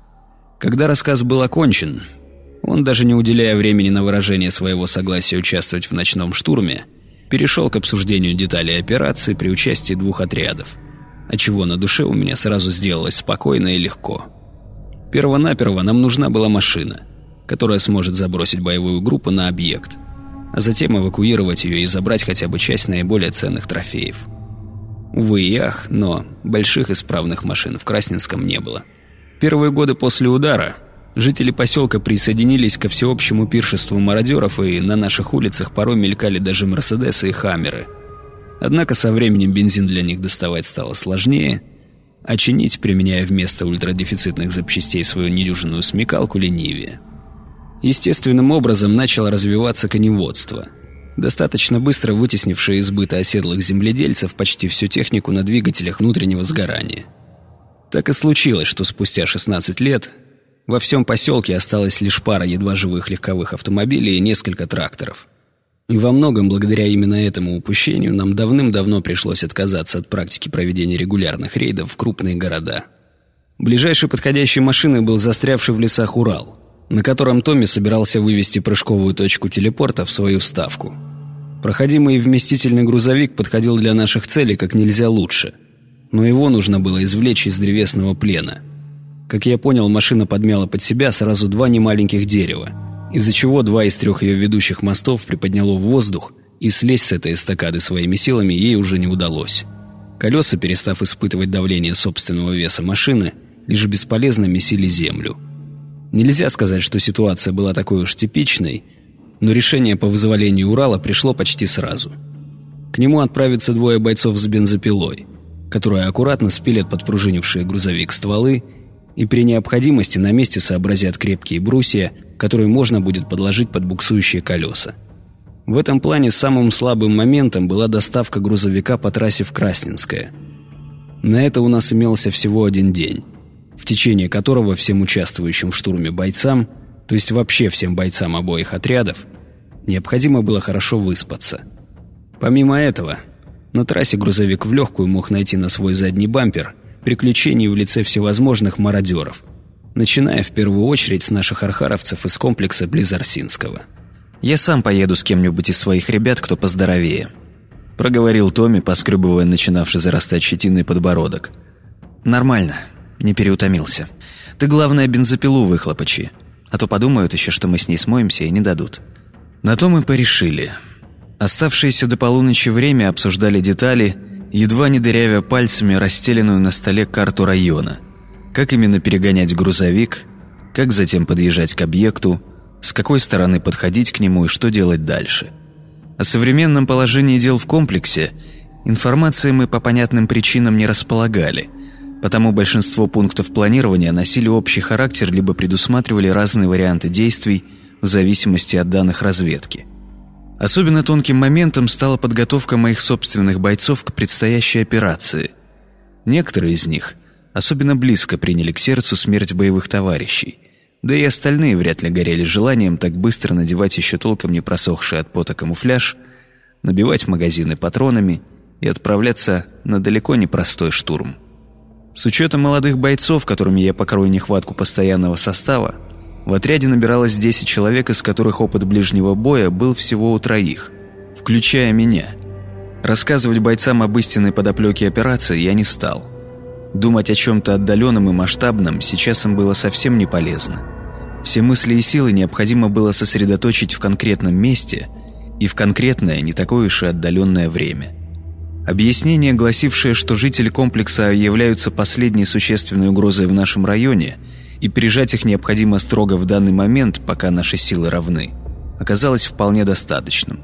Когда рассказ был окончен, он, даже не уделяя времени на выражение своего согласия участвовать в ночном штурме, перешел к обсуждению деталей операции при участии двух отрядов, отчего на душе у меня сразу сделалось спокойно и легко. Первонаперво нам нужна была машина, которая сможет забросить боевую группу на объект, а затем эвакуировать ее и забрать хотя бы часть наиболее ценных трофеев. Увы и ах, но больших исправных машин в Красненском не было. Первые годы после удара жители поселка присоединились ко всеобщему пиршеству мародеров, и на наших улицах порой мелькали даже мерседесы и хаммеры. Однако со временем бензин для них доставать стало сложнее, а чинить, применяя вместо ультрадефицитных запчастей свою недюжинную смекалку, ленивее. Естественным образом начало развиваться коневодство, достаточно быстро вытеснившее из быта оседлых земледельцев почти всю технику на двигателях внутреннего сгорания. Так и случилось, что спустя шестнадцать лет во всем поселке осталась лишь пара едва живых легковых автомобилей и несколько тракторов. И во многом благодаря именно этому упущению нам давным-давно пришлось отказаться от практики проведения регулярных рейдов в крупные города. Ближайшей подходящей машиной был застрявший в лесах Урал, на котором Томми собирался вывести прыжковую точку телепорта в свою ставку. Проходимый и вместительный грузовик подходил для наших целей как нельзя лучше, но его нужно было извлечь из древесного плена. Как я понял, машина подмяла под себя сразу два немаленьких дерева, из-за чего два из трех ее ведущих мостов приподняло в воздух, и слезть с этой эстакады своими силами ей уже не удалось. Колеса, перестав испытывать давление собственного веса машины, лишь бесполезно месили землю. Нельзя сказать, что ситуация была такой уж типичной, но решение по вызволению Урала пришло почти сразу. К нему отправятся двое бойцов с бензопилой, которые аккуратно спилят подпружинивший грузовик стволы и при необходимости на месте сообразят крепкие брусья, которые можно будет подложить под буксующие колеса. В этом плане самым слабым моментом была доставка грузовика по трассе в Красненское. На это у нас имелся всего один день, в течение которого всем участвующим в штурме бойцам, то есть вообще всем бойцам обоих отрядов, необходимо было хорошо выспаться. Помимо этого, на трассе грузовик в легкую мог найти на свой задний бампер приключений в лице всевозможных мародеров, начиная в первую очередь с наших архаровцев из комплекса близ Арсинского. «Я сам поеду с кем-нибудь из своих ребят, кто поздоровее», — проговорил Томми, поскребывая начинавший зарастать щетиной подбородок. «Нормально, не переутомился. Ты, главное, бензопилу выхлопочи, а то подумают еще, что мы с ней смоемся и не дадут». На то мы порешили. Оставшееся до полуночи время обсуждали детали, едва не дырявя пальцами расстеленную на столе карту района. Как именно перегонять грузовик, как затем подъезжать к объекту, с какой стороны подходить к нему и что делать дальше. О современном положении дел в комплексе информации мы по понятным причинам не располагали, потому большинство пунктов планирования носили общий характер либо предусматривали разные варианты действий в зависимости от данных разведки. Особенно тонким моментом стала подготовка моих собственных бойцов к предстоящей операции. Некоторые из них особенно близко приняли к сердцу смерть боевых товарищей, да и остальные вряд ли горели желанием так быстро надевать еще толком не просохший от пота камуфляж, набивать магазины патронами и отправляться на далеко не простой штурм. С учетом молодых бойцов, которыми я покрою нехватку постоянного состава, в отряде набиралось десять человек, из которых опыт ближнего боя был всего у троих, включая меня. Рассказывать бойцам об истинной подоплеке операции я не стал. Думать о чем-то отдаленном и масштабном сейчас им было совсем не полезно. Все мысли и силы необходимо было сосредоточить в конкретном месте и в конкретное, не такое уж и отдаленное время. Объяснение, гласившее, что жители комплекса являются последней существенной угрозой в нашем районе, и пережать их необходимо строго в данный момент, пока наши силы равны, оказалось вполне достаточным.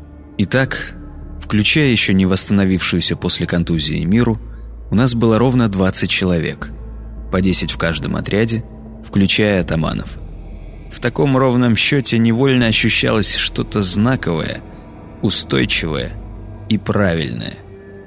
Итак, включая еще не восстановившуюся после контузии Миру, у нас было ровно двадцать человек, по десять в каждом отряде, включая атаманов. В таком ровном счете невольно ощущалось что-то знаковое, устойчивое и правильное.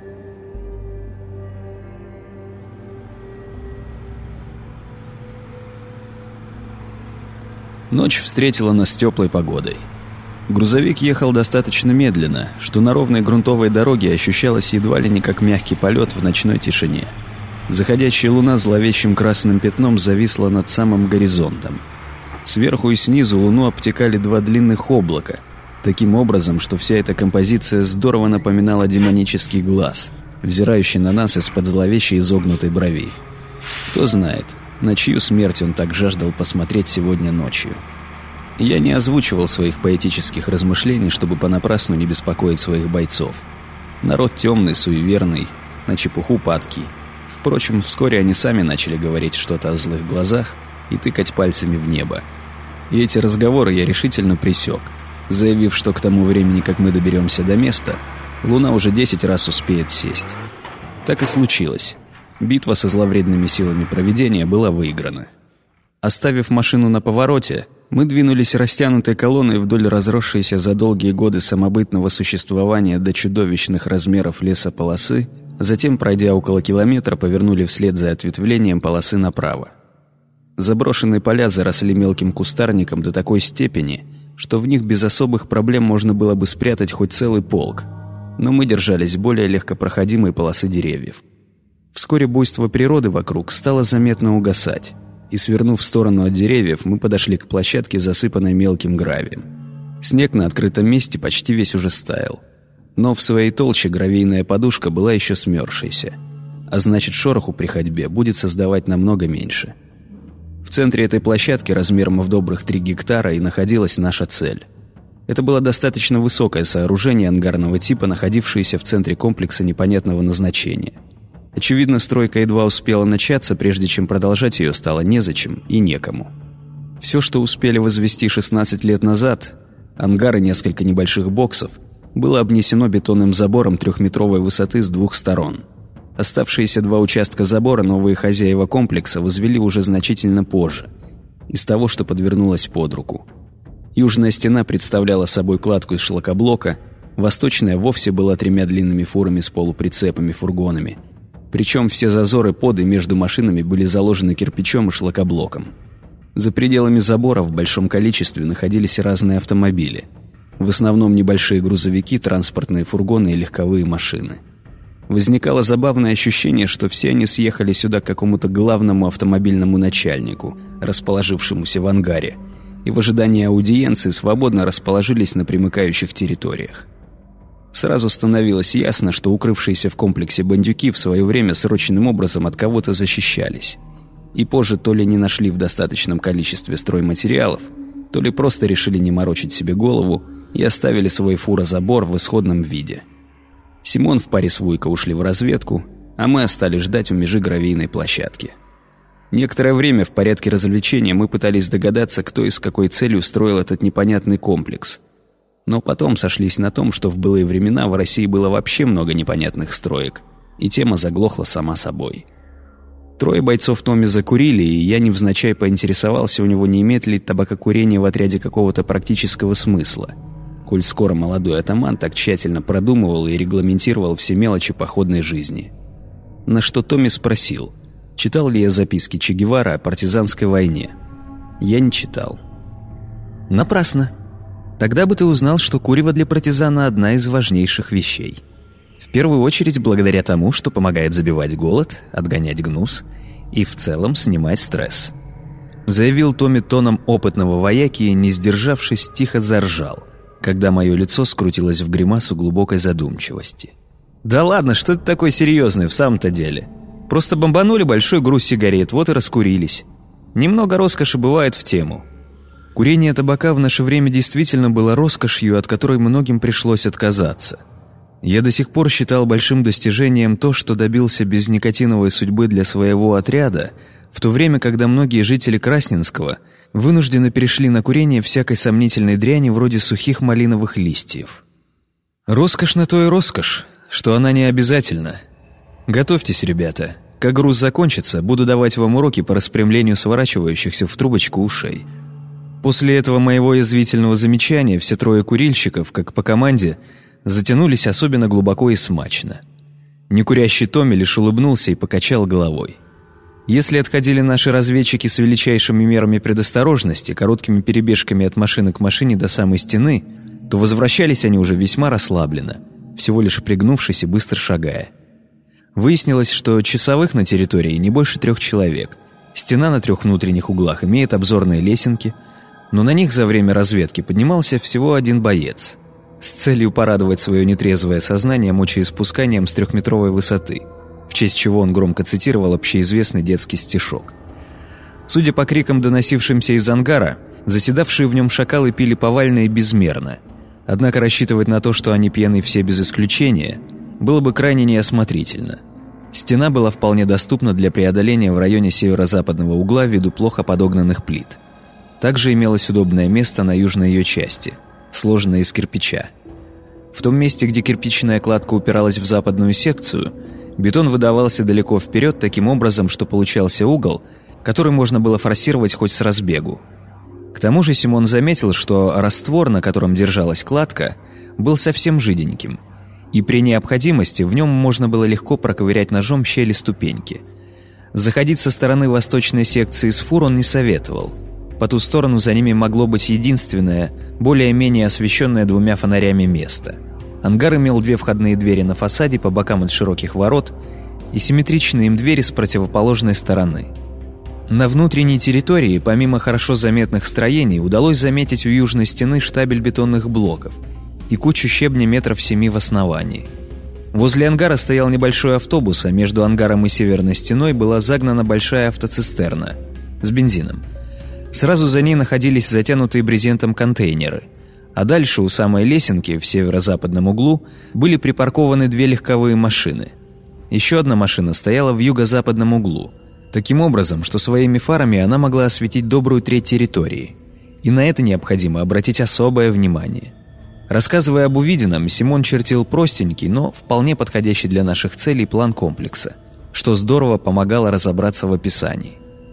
Ночь встретила нас теплой погодой. Грузовик ехал достаточно медленно, что на ровной грунтовой дороге ощущалось едва ли не как мягкий полет в ночной тишине. Заходящая луна зловещим красным пятном зависла над самым горизонтом. Сверху и снизу луну обтекали два длинных облака, таким образом, что вся эта композиция здорово напоминала демонический глаз, взирающий на нас из-под зловещей изогнутой брови. Кто знает, на чью смерть он так жаждал посмотреть сегодня ночью. Я не озвучивал своих поэтических размышлений, чтобы понапрасну не беспокоить своих бойцов. Народ темный, суеверный, на чепуху падкий. Впрочем, вскоре они сами начали говорить что-то о злых глазах и тыкать пальцами в небо. И эти разговоры я решительно пресек, заявив, что к тому времени, как мы доберемся до места, луна уже десять раз успеет сесть. Так и случилось. Битва со зловредными силами провидения была выиграна. Оставив машину на повороте, мы двинулись растянутой колонной вдоль разросшейся за долгие годы самобытного существования до чудовищных размеров лесополосы, затем, пройдя около километра, повернули вслед за ответвлением полосы направо. Заброшенные поля заросли мелким кустарником до такой степени, что в них без особых проблем можно было бы спрятать хоть целый полк, но мы держались более легкопроходимой полосы деревьев. Вскоре буйство природы вокруг стало заметно угасать, и, свернув в сторону от деревьев, мы подошли к площадке, засыпанной мелким гравием. Снег на открытом месте почти весь уже стаял, но в своей толще гравийная подушка была еще смерзшейся, а значит, шороху при ходьбе будет создавать намного меньше. В центре этой площадки размером в добрых три гектара и находилась наша цель. Это было достаточно высокое сооружение ангарного типа, находившееся в центре комплекса непонятного назначения. Очевидно, стройка едва успела начаться, прежде чем продолжать ее стало незачем и некому. Все, что успели возвести шестнадцать лет назад, ангар и несколько небольших боксов, было обнесено бетонным забором трехметровой высоты с двух сторон. Оставшиеся два участка забора новые хозяева комплекса возвели уже значительно позже, из того, что подвернулось под руку. Южная стена представляла собой кладку из шлакоблока, восточная вовсе была тремя длинными фурами с полуприцепами-фургонами. Причем все зазоры под и между машинами были заложены кирпичом и шлакоблоком. За пределами забора в большом количестве находились разные автомобили. В основном небольшие грузовики, транспортные фургоны и легковые машины. Возникало забавное ощущение, что все они съехали сюда к какому-то главному автомобильному начальнику, расположившемуся в ангаре, и в ожидании аудиенции свободно расположились на примыкающих территориях. Сразу становилось ясно, что укрывшиеся в комплексе бандюки в свое время срочным образом от кого-то защищались. И позже то ли не нашли в достаточном количестве стройматериалов, то ли просто решили не морочить себе голову и оставили свой фурозабор в исходном виде. Симон в паре с Вуйко ушли в разведку, а мы остались ждать у межи гравийной площадки. Некоторое время в порядке развлечения мы пытались догадаться, кто и с какой целью строил этот непонятный комплекс. Но потом сошлись на том, что в былые времена в России было вообще много непонятных строек, и тема заглохла сама собой. Трое бойцов Томми закурили, и я невзначай поинтересовался у него, не имеет ли табакокурение в отряде какого-то практического смысла, коль скоро молодой атаман так тщательно продумывал и регламентировал все мелочи походной жизни. На что Томми спросил, читал ли я записки Че Гевары о партизанской войне. Я не читал. Напрасно. Тогда бы ты узнал, что курево для партизана одна из важнейших вещей. В первую очередь благодаря тому, что помогает забивать голод, отгонять гнус и в целом снимать стресс. Заявил Томми тоном опытного вояки и, не сдержавшись, тихо заржал, когда мое лицо скрутилось в гримасу глубокой задумчивости. «Да ладно, что ты такой серьезный в самом-то деле? Просто бомбанули большой груз сигарет, вот и раскурились. Немного роскоши бывает в тему». Курение табака в наше время действительно было роскошью, от которой многим пришлось отказаться. Я до сих пор считал большим достижением то, что добился безникотиновой судьбы для своего отряда, в то время, когда многие жители Красненского вынуждены перешли на курение всякой сомнительной дряни вроде сухих малиновых листьев. Роскошь на то и роскошь, что она не обязательна. Готовьтесь, ребята. Как груз закончится, буду давать вам уроки по распрямлению сворачивающихся в трубочку ушей. После этого моего язвительного замечания все трое курильщиков, как по команде, затянулись особенно глубоко и смачно. Некурящий Томми лишь улыбнулся и покачал головой. Если отходили наши разведчики с величайшими мерами предосторожности, короткими перебежками от машины к машине до самой стены, то возвращались они уже весьма расслабленно, всего лишь пригнувшись и быстро шагая. Выяснилось, что часовых на территории не больше трех человек. Стена на трех внутренних углах имеет обзорные лесенки, но на них за время разведки поднимался всего один боец с целью порадовать свое нетрезвое сознание мочеиспусканием с трехметровой высоты, в честь чего он громко цитировал общеизвестный детский стишок. Судя по крикам, доносившимся из ангара, заседавшие в нем шакалы пили повально и безмерно. Однако рассчитывать на то, что они пьяны все без исключения, было бы крайне неосмотрительно. Стена была вполне доступна для преодоления в районе северо-западного угла ввиду плохо подогнанных плит. Также имелось удобное место на южной ее части, сложенное из кирпича. В том месте, где кирпичная кладка упиралась в западную секцию, бетон выдавался далеко вперед таким образом, что получался угол, который можно было форсировать хоть с разбегу. К тому же Симон заметил, что раствор, на котором держалась кладка, был совсем жиденьким, и при необходимости в нем можно было легко проковырять ножом щели ступеньки. Заходить со стороны восточной секции с фур он не советовал. По ту сторону за ними могло быть единственное, более-менее освещенное двумя фонарями место. Ангар имел две входные двери на фасаде по бокам от широких ворот и симметричные им двери с противоположной стороны. На внутренней территории, помимо хорошо заметных строений, удалось заметить у южной стены штабель бетонных блоков и кучу щебня метров семи в основании. Возле ангара стоял небольшой автобус, а между ангаром и северной стеной была загнана большая автоцистерна с бензином. Сразу за ней находились затянутые брезентом контейнеры, а дальше у самой лесенки в северо-западном углу были припаркованы две легковые машины. Еще одна машина стояла в юго-западном углу, таким образом, что своими фарами она могла осветить добрую треть территории, и на это необходимо обратить особое внимание. Рассказывая об увиденном, Симон чертил простенький, но вполне подходящий для наших целей план комплекса, что здорово помогало разобраться в описании.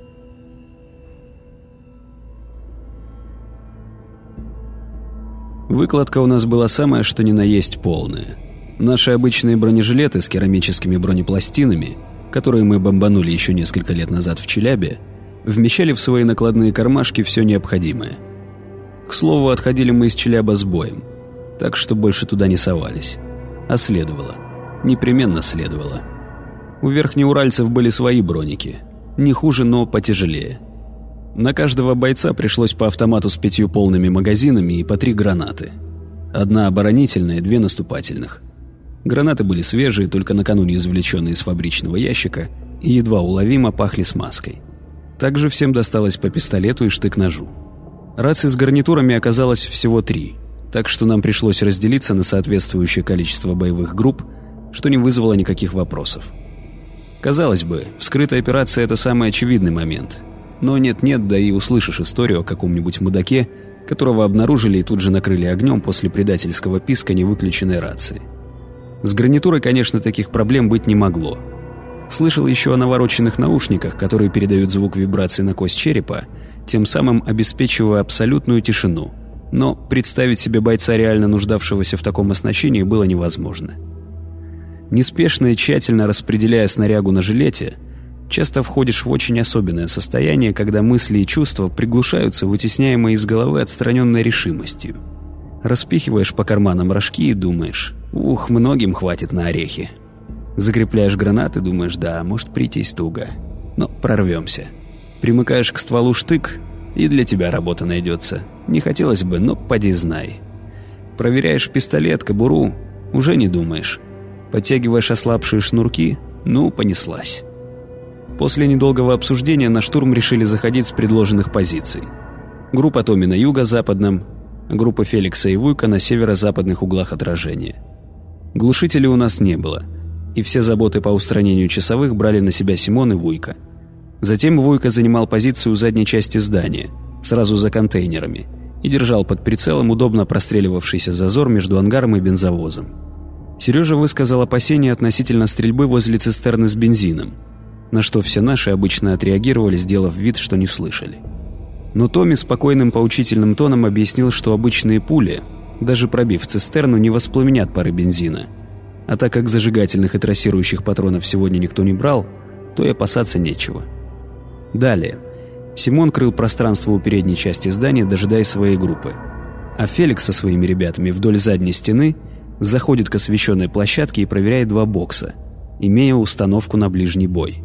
Выкладка у нас была самая что ни на есть полная. Наши обычные бронежилеты с керамическими бронепластинами, которые мы бомбанули еще несколько лет назад в Челябе, вмещали в свои накладные кармашки все необходимое. К слову, отходили мы из Челяба с боем, так что больше туда не совались. А следовало. Непременно следовало. У верхнеуральцев были свои броники. Не хуже, но потяжелее. На каждого бойца пришлось по автомату с пятью полными магазинами и по три гранаты. Одна оборонительная, две наступательных. Гранаты были свежие, только накануне извлеченные из фабричного ящика, и едва уловимо пахли смазкой. Также всем досталось по пистолету и штык-ножу. Раций с гарнитурами оказалось всего три, так что нам пришлось разделиться на соответствующее количество боевых групп, что не вызвало никаких вопросов. Казалось бы, вскрытая операция – это самый очевидный момент. Но нет-нет, да и услышишь историю о каком-нибудь мудаке, которого обнаружили и тут же накрыли огнем после предательского писка невыключенной рации. С гарнитурой, конечно, таких проблем быть не могло. Слышал еще о навороченных наушниках, которые передают звук вибрации на кость черепа, тем самым обеспечивая абсолютную тишину. Но представить себе бойца, реально нуждавшегося в таком оснащении, было невозможно. Неспешно и тщательно распределяя снарягу на жилете, часто входишь в очень особенное состояние, когда мысли и чувства приглушаются, вытесняемые из головы отстраненной решимостью. Распихиваешь по карманам рожки и думаешь: ух, многим хватит на орехи. Закрепляешь гранаты, думаешь: да, может прийтись туго, но прорвемся. Примыкаешь к стволу штык, и для тебя работа найдется. Не хотелось бы, но поди знай. Проверяешь пистолет, кобуру, уже не думаешь. Подтягиваешь ослабшие шнурки, ну, понеслась. После недолгого обсуждения на штурм решили заходить с предложенных позиций. Группа Томми на юго-западном, группа Феликса и Вуйка на северо-западных углах отражения. Глушителей у нас не было, и все заботы по устранению часовых брали на себя Симон и Вуйка. Затем Вуйка занимал позицию у задней части здания, сразу за контейнерами, и держал под прицелом удобно простреливавшийся зазор между ангаром и бензовозом. Сережа высказал опасения относительно стрельбы возле цистерны с бензином, на что все наши обычно отреагировали, сделав вид, что не слышали. Но Томми спокойным поучительным тоном объяснил, что обычные пули Даже пробив цистерну, не воспламенят пары бензина. А так как зажигательных и трассирующих патронов сегодня никто не брал, то и опасаться нечего. Далее. Симон крыл пространство у передней части здания, дожидаясь своей группы. А Феликс со своими ребятами вдоль задней стены заходит к освещенной площадке и проверяет два бокса, имея установку на ближний бой.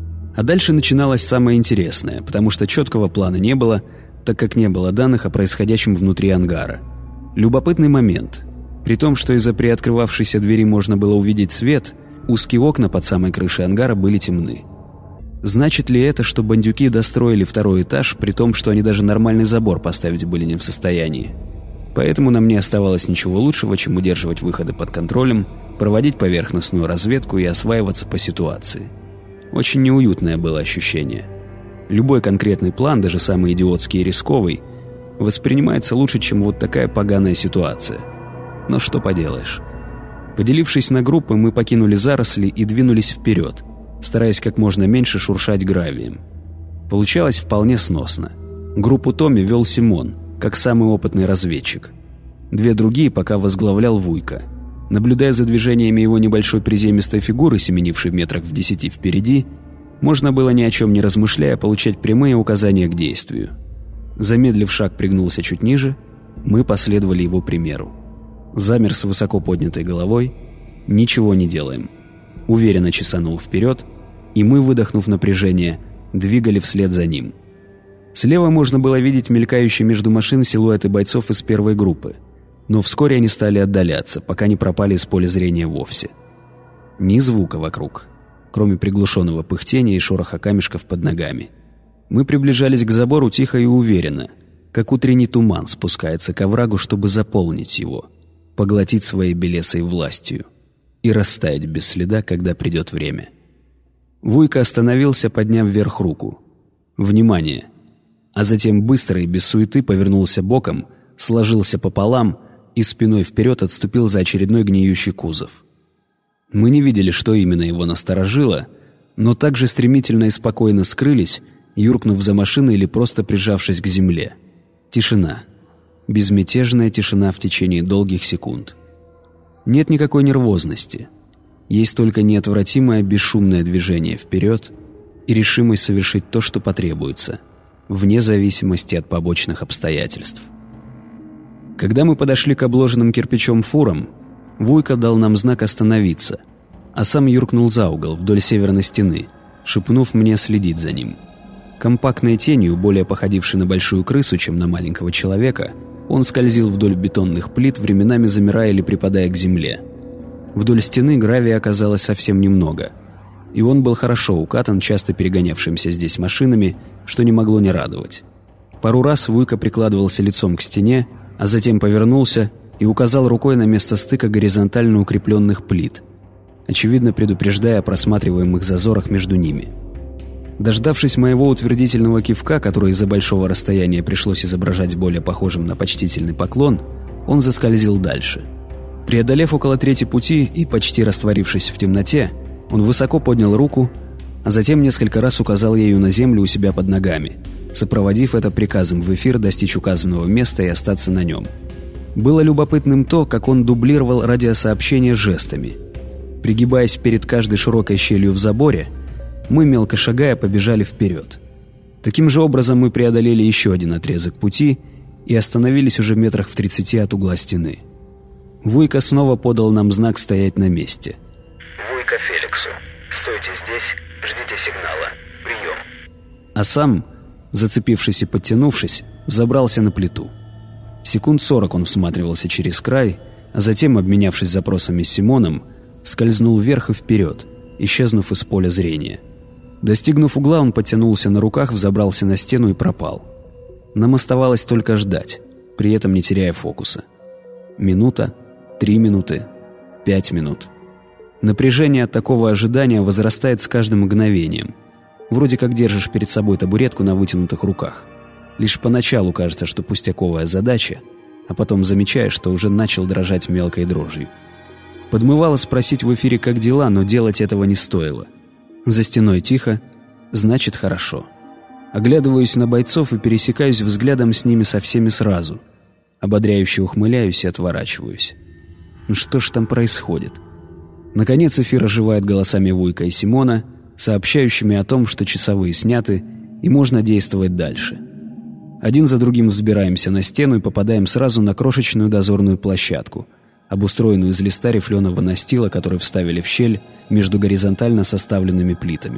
А дальше начиналось самое интересное, потому что четкого плана не было, так как не было данных о происходящем внутри ангара. Любопытный момент. При том, что из-за приоткрывавшейся двери можно было увидеть свет, узкие окна под самой крышей ангара были темны. Значит ли это, что бандюки достроили второй этаж, при том, что они даже нормальный забор поставить были не в состоянии? Поэтому нам не оставалось ничего лучшего, чем удерживать выходы под контролем, проводить поверхностную разведку и осваиваться по ситуации. Очень неуютное было ощущение. Любой конкретный план, даже самый идиотский и рисковый, воспринимается лучше, чем вот такая поганая ситуация. Но что поделаешь. Поделившись на группы, мы покинули заросли и двинулись вперед, стараясь как можно меньше шуршать гравием. Получалось вполне сносно. Группу Томми вел Симон, как самый опытный разведчик. Две другие пока возглавлял Вуйка. Наблюдая за движениями его небольшой приземистой фигуры, семенившей метрах в десяти впереди, можно было ни о чем не размышляя получать прямые указания к действию. Замедлив шаг, пригнулся чуть ниже, мы последовали его примеру. Замер с высоко поднятой головой, ничего не делаем. Уверенно чесанул вперед, и мы, выдохнув напряжение, двигали вслед за ним. Слева можно было видеть мелькающие между машин силуэты бойцов из первой группы, но вскоре они стали отдаляться, пока не пропали из поля зрения вовсе. Ни звука вокруг, кроме приглушенного пыхтения и шороха камешков под ногами. Мы приближались к забору тихо и уверенно, как утренний туман спускается к оврагу, чтобы заполнить его, поглотить своей белесой властью и растаять без следа, когда придет время. Вуйка остановился, подняв вверх руку. «Внимание!» А затем быстро и без суеты повернулся боком, сложился пополам и спиной вперед отступил за очередной гниющий кузов. Мы не видели, что именно его насторожило, но также стремительно и спокойно скрылись, юркнув за машиной или просто прижавшись к земле. Тишина. Безмятежная тишина в течение долгих секунд. Нет никакой нервозности. Есть только неотвратимое бесшумное движение вперед и решимость совершить то, что потребуется, вне зависимости от побочных обстоятельств. Когда мы подошли к обложенным кирпичом фурам, Вуйка дал нам знак остановиться, а сам юркнул за угол вдоль северной стены, шепнув мне следить за ним. Компактной тенью, более походившей на большую крысу, чем на маленького человека, он скользил вдоль бетонных плит, временами замирая или припадая к земле. Вдоль стены гравия оказалось совсем немного, и он был хорошо укатан часто перегонявшимися здесь машинами, что не могло не радовать. Пару раз Вуйка прикладывался лицом к стене, а затем повернулся и указал рукой на место стыка горизонтально укрепленных плит, очевидно предупреждая о просматриваемых зазорах между ними. Дождавшись моего утвердительного кивка, который из-за большого расстояния пришлось изображать более похожим на почтительный поклон, он заскользил дальше. Преодолев около трети пути и почти растворившись в темноте, он высоко поднял руку, а затем несколько раз указал ею на землю у себя под ногами, сопроводив это приказом в эфир достичь указанного места и остаться на нем. Было любопытным то, как он дублировал радиосообщение жестами. Пригибаясь перед каждой широкой щелью в заборе, мы, мелко шагая, побежали вперед. Таким же образом мы преодолели еще один отрезок пути и остановились уже метрах в тридцати от угла стены. Вуйка снова подал нам знак стоять на месте. «Вуйка Феликсу. Стойте здесь, ждите сигнала. Прием». А сам, зацепившись и подтянувшись, взобрался на плиту. Секунд сорок он всматривался через край, а затем, обменявшись запросами с Симоном, скользнул вверх и вперед, исчезнув из поля зрения. Достигнув угла, он подтянулся на руках, взобрался на стену и пропал. Нам оставалось только ждать, при этом не теряя фокуса. Минута, три минуты, пять минут. Напряжение от такого ожидания возрастает с каждым мгновением. Вроде как держишь перед собой табуретку на вытянутых руках. Лишь поначалу кажется, что пустяковая задача, а потом замечаешь, что уже начал дрожать мелкой дрожью. Подмывало спросить в эфире, как дела, но делать этого не стоило. За стеной тихо, значит хорошо. Оглядываюсь на бойцов и пересекаюсь взглядом с ними со всеми сразу. Ободряюще ухмыляюсь и отворачиваюсь. Ну что ж там происходит? Наконец эфир оживает голосами Вуйка и Симона, сообщающими о том, что часовые сняты и можно действовать дальше. Один за другим взбираемся на стену и попадаем сразу на крошечную дозорную площадку, обустроенную из листа рифленого настила, который вставили в щель между горизонтально составленными плитами.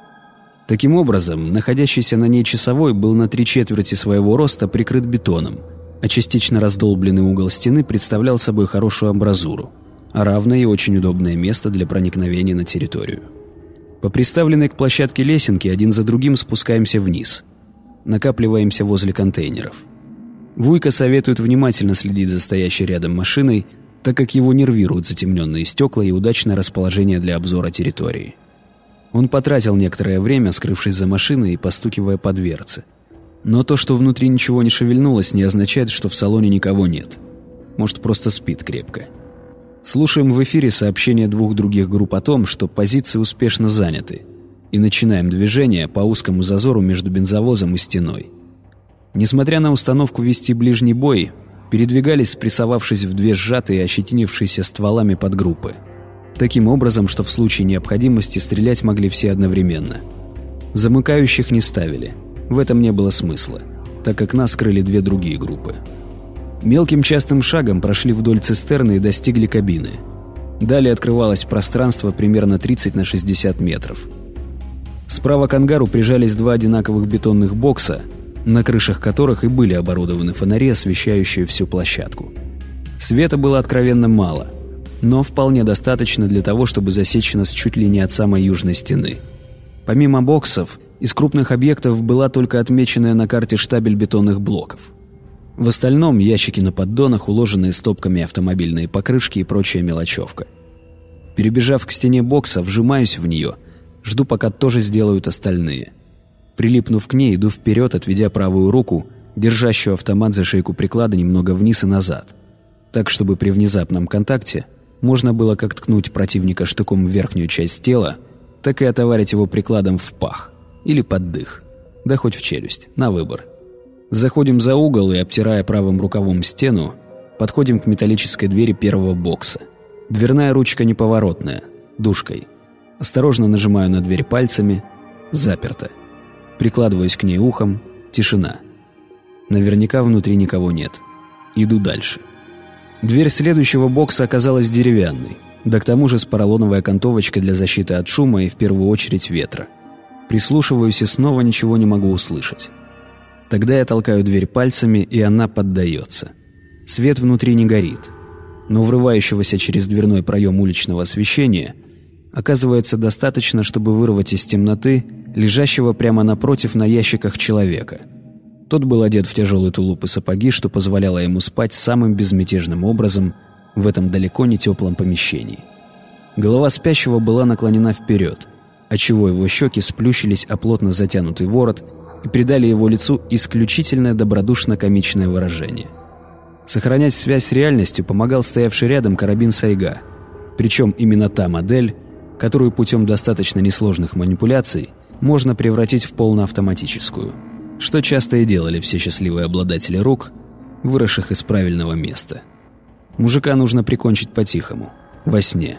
Таким образом, находящийся на ней часовой был на три четверти своего роста прикрыт бетоном, а частично раздолбленный угол стены представлял собой хорошую амбразуру, а равное и очень удобное место для проникновения на территорию. По приставленной к площадке лесенке один за другим спускаемся вниз. Накапливаемся возле контейнеров. Вуйка советует внимательно следить за стоящей рядом машиной, так как его нервируют затемненные стекла и удачное расположение для обзора территории. Он потратил некоторое время, скрывшись за машиной и постукивая по дверце. Но то, что внутри ничего не шевельнулось, не означает, что в салоне никого нет. Может, просто спит крепко. Слушаем в эфире сообщения двух других групп о том, что позиции успешно заняты, и начинаем движение по узкому зазору между бензовозом и стеной. Несмотря на установку вести ближний бой, передвигались, спрессовавшись в две сжатые, ощетинившиеся стволами подгруппы. Таким образом, что в случае необходимости стрелять могли все одновременно. Замыкающих не ставили. В этом не было смысла, так как нас скрыли две другие группы. Мелким частым шагом прошли вдоль цистерны и достигли кабины. Далее открывалось пространство примерно тридцать на шестьдесят метров. Справа к ангару прижались два одинаковых бетонных бокса, на крышах которых и были оборудованы фонари, освещающие всю площадку. Света было откровенно мало, но вполне достаточно для того, чтобы засечь нас чуть ли не от самой южной стены. Помимо боксов, из крупных объектов была только отмеченная на карте штабель бетонных блоков. В остальном ящики на поддонах, уложенные стопками автомобильные покрышки и прочая мелочевка. Перебежав к стене бокса, вжимаюсь в нее, жду, пока тоже сделают остальные. Прилипнув к ней, иду вперед, отведя правую руку, держащую автомат за шейку приклада немного вниз и назад, так, чтобы при внезапном контакте можно было как ткнуть противника штыком в верхнюю часть тела, так и отоварить его прикладом в пах или под дых, да хоть в челюсть, на выбор. Заходим за угол и, обтирая правым рукавом стену, подходим к металлической двери первого бокса. Дверная ручка неповоротная, душкой. Осторожно нажимаю на дверь пальцами, заперто. Прикладываюсь к ней ухом, тишина. Наверняка внутри никого нет. Иду дальше. Дверь следующего бокса оказалась деревянной, да к тому же с поролоновой окантовочкой для защиты от шума и в первую очередь ветра. Прислушиваюсь и снова ничего не могу услышать. Тогда я толкаю дверь пальцами, и она поддается. Свет внутри не горит, но врывающегося через дверной проем уличного освещения оказывается достаточно, чтобы вырвать из темноты лежащего прямо напротив на ящиках человека. Тот был одет в тяжелый тулуп и сапоги, что позволяло ему спать самым безмятежным образом в этом далеко не теплом помещении. Голова спящего была наклонена вперед, отчего его щеки сплющились о плотно затянутый ворот и придали его лицу исключительное добродушно-комичное выражение. Сохранять связь с реальностью помогал стоявший рядом карабин Сайга, причем именно та модель, которую путем достаточно несложных манипуляций можно превратить в полноавтоматическую, что часто и делали все счастливые обладатели рук, выросших из правильного места. Мужика нужно прикончить по-тихому, во сне.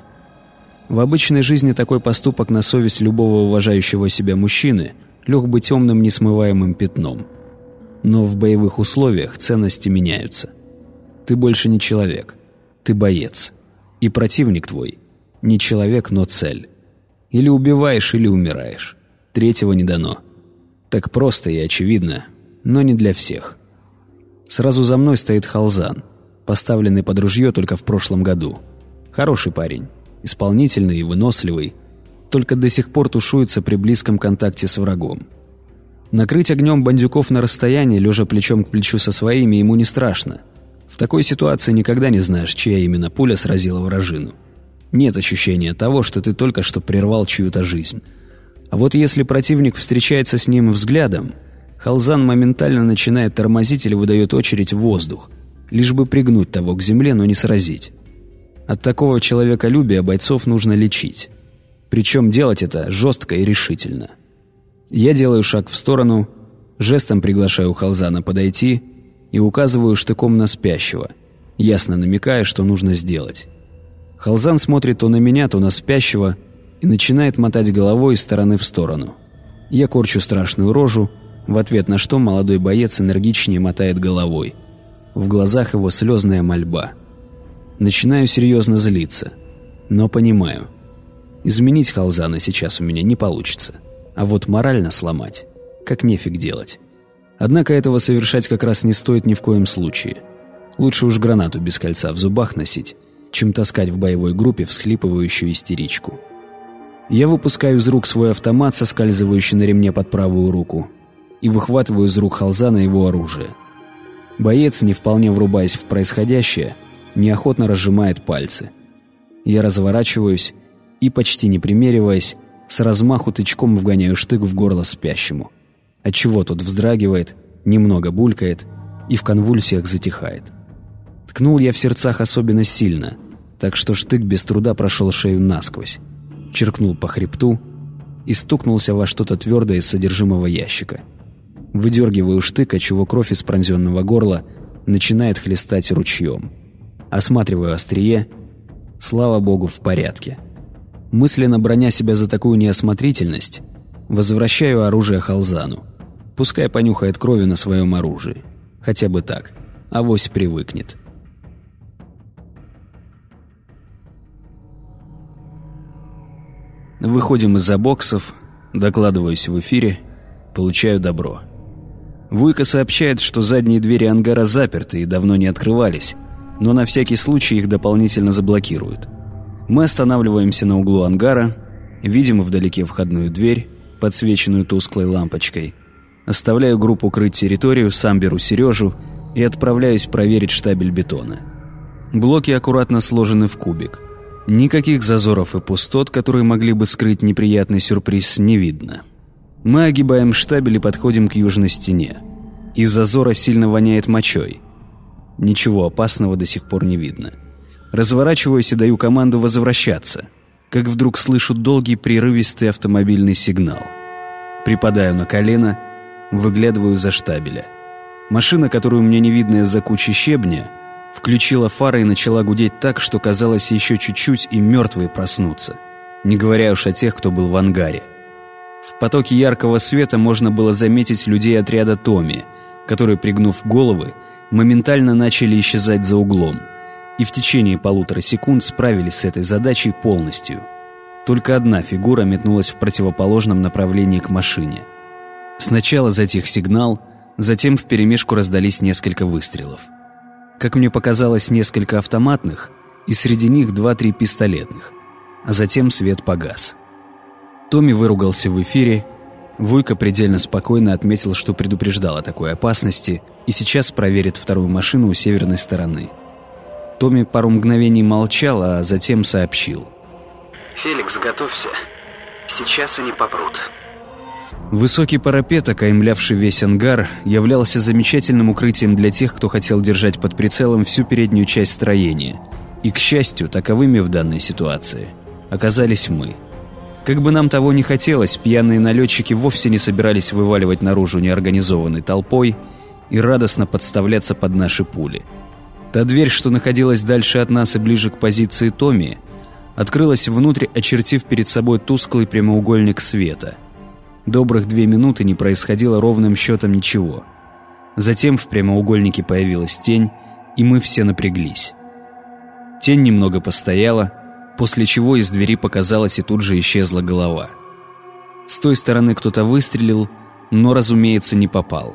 В обычной жизни такой поступок на совесть любого уважающего себя мужчины лег бы темным несмываемым пятном. Но в боевых условиях ценности меняются. Ты больше не человек, ты боец. И противник твой не человек, но цель. Или убиваешь, или умираешь. Третьего не дано. Так просто и очевидно, но не для всех. Сразу за мной стоит Халзан, поставленный под ружье только в прошлом году. Хороший парень, исполнительный и выносливый, только до сих пор тушуется при близком контакте с врагом. Накрыть огнем бандюков на расстоянии, лежа плечом к плечу со своими, ему не страшно. В такой ситуации никогда не знаешь, чья именно пуля сразила вражину. Нет ощущения того, что ты только что прервал чью-то жизнь. А вот если противник встречается с ним взглядом, Халзан моментально начинает тормозить или выдает очередь в воздух, лишь бы пригнуть того к земле, но не сразить. От такого человеколюбия бойцов нужно лечить. Причем делать это жестко и решительно. Я делаю шаг в сторону, жестом приглашаю Халзана подойти, и указываю штыком на спящего, ясно намекая, что нужно сделать. Халзан смотрит то на меня, то на спящего и начинает мотать головой из стороны в сторону. Я корчу страшную рожу, в ответ на что молодой боец энергичнее мотает головой. В глазах его слезная мольба. Начинаю серьезно злиться, но понимаю. Изменить Халзана сейчас у меня не получится, а вот морально сломать как нефиг делать. Однако этого совершать как раз не стоит ни в коем случае. Лучше уж гранату без кольца в зубах носить, чем таскать в боевой группе всхлипывающую истеричку. Я выпускаю из рук свой автомат, соскальзывающий на ремне под правую руку, и выхватываю из рук Халзана его оружие. Боец, не вполне врубаясь в происходящее, неохотно разжимает пальцы. Я разворачиваюсь и, почти не примериваясь, с размаху тычком вгоняю штык в горло спящему, отчего тот вздрагивает, немного булькает и в конвульсиях затихает. Ткнул я в сердцах особенно сильно, так что штык без труда прошел шею насквозь, черкнул по хребту и стукнулся во что-то твердое из содержимого ящика. Выдергиваю штык, отчего кровь из пронзенного горла начинает хлестать ручьем. Осматриваю острие. Слава богу, в порядке. Мысленно броня себя за такую неосмотрительность, возвращаю оружие Халзану. Пускай понюхает крови на своем оружии. Хотя бы так. Авось привыкнет. Выходим из-за боксов, докладываюсь в эфире, получаю добро. Вуйка сообщает, что задние двери ангара заперты и давно не открывались, но на всякий случай их дополнительно заблокируют. Мы останавливаемся на углу ангара, видим вдалеке входную дверь, подсвеченную тусклой лампочкой. Оставляю группу крыть территорию, сам беру Сережу и отправляюсь проверить штабель бетона. Блоки аккуратно сложены в кубик. Никаких зазоров и пустот, которые могли бы скрыть неприятный сюрприз, не видно. Мы огибаем штабель и подходим к южной стене. Из зазора сильно воняет мочой. Ничего опасного до сих пор не видно. Разворачиваюсь и даю команду возвращаться, как вдруг слышу долгий прерывистый автомобильный сигнал. Припадаю на колено, выглядываю за штабеля. Машина, которую мне не видно из-за кучи щебня, включила фары и начала гудеть так, что казалось еще чуть-чуть и мертвые проснутся, не говоря уж о тех, кто был в ангаре. В потоке яркого света можно было заметить людей отряда Томми, которые, пригнув головы, моментально начали исчезать за углом и в течение полутора секунд справились с этой задачей полностью. Только одна фигура метнулась в противоположном направлении к машине. Сначала затих сигнал, затем вперемешку раздались несколько выстрелов. Как мне показалось, несколько автоматных, и среди них два-три пистолетных, а затем свет погас. Томми выругался в эфире, Вуйка предельно спокойно отметил, что предупреждал о такой опасности и сейчас проверит вторую машину у северной стороны. Томми пару мгновений молчал, а затем сообщил: «Феликс, готовься. Сейчас они попрут». Высокий парапет, окаймлявший весь ангар, являлся замечательным укрытием для тех, кто хотел держать под прицелом всю переднюю часть строения. И, к счастью, таковыми в данной ситуации оказались мы. Как бы нам того не хотелось, пьяные налетчики вовсе не собирались вываливать наружу неорганизованной толпой и радостно подставляться под наши пули. Та дверь, что находилась дальше от нас и ближе к позиции Томми, открылась внутрь, очертив перед собой тусклый прямоугольник света. Добрых две минуты не происходило ровным счетом ничего. Затем в прямоугольнике появилась тень, и мы все напряглись. Тень немного постояла, после чего из двери показалась и тут же исчезла голова. С той стороны кто-то выстрелил, но, разумеется, не попал.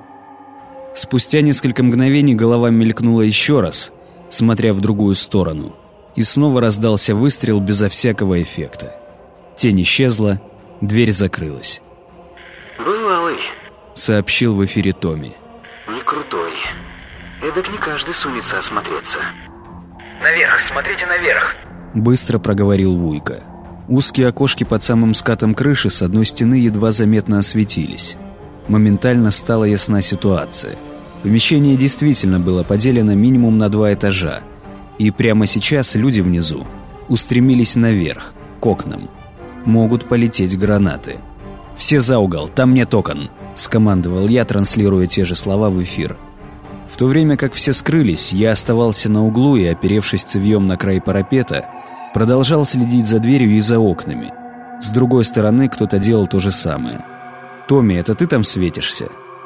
Спустя несколько мгновений голова мелькнула еще раз, смотря в другую сторону, и снова раздался выстрел безо всякого эффекта. Тень исчезла, дверь закрылась. «Бывалый», — сообщил в эфире Томми. «Не крутой. Эдак не каждый сунется осмотреться». «Наверх, смотрите наверх!» — быстро проговорил Вуйка. Узкие окошки под самым скатом крыши с одной стены едва заметно осветились. Моментально стала ясна ситуация. Помещение действительно было поделено минимум на два этажа, и прямо сейчас люди внизу устремились наверх, к окнам. Могут полететь гранаты. «Все за угол, там нет окон», — скомандовал я, транслируя те же слова в эфир. В то время как все скрылись, я оставался на углу и, оперевшись цевьем на край парапета, продолжал следить за дверью и за окнами. С другой стороны кто-то делал то же самое. «Томми, это ты там светишься?»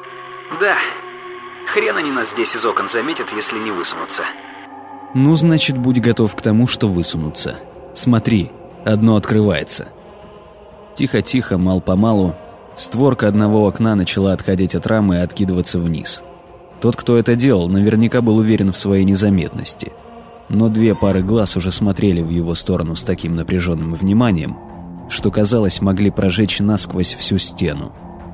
Да. Хрен они нас здесь из окон заметят, если не высунутся. «Ну, значит, будь готов к тому, что высунутся. Смотри, одно открывается». Тихо-тихо, мал-помалу, створка одного окна начала отходить от рамы и откидываться вниз. Тот, кто это делал, наверняка был уверен в своей незаметности. Но две пары глаз уже смотрели в его сторону с таким напряженным вниманием, что, казалось, могли прожечь насквозь всю стену.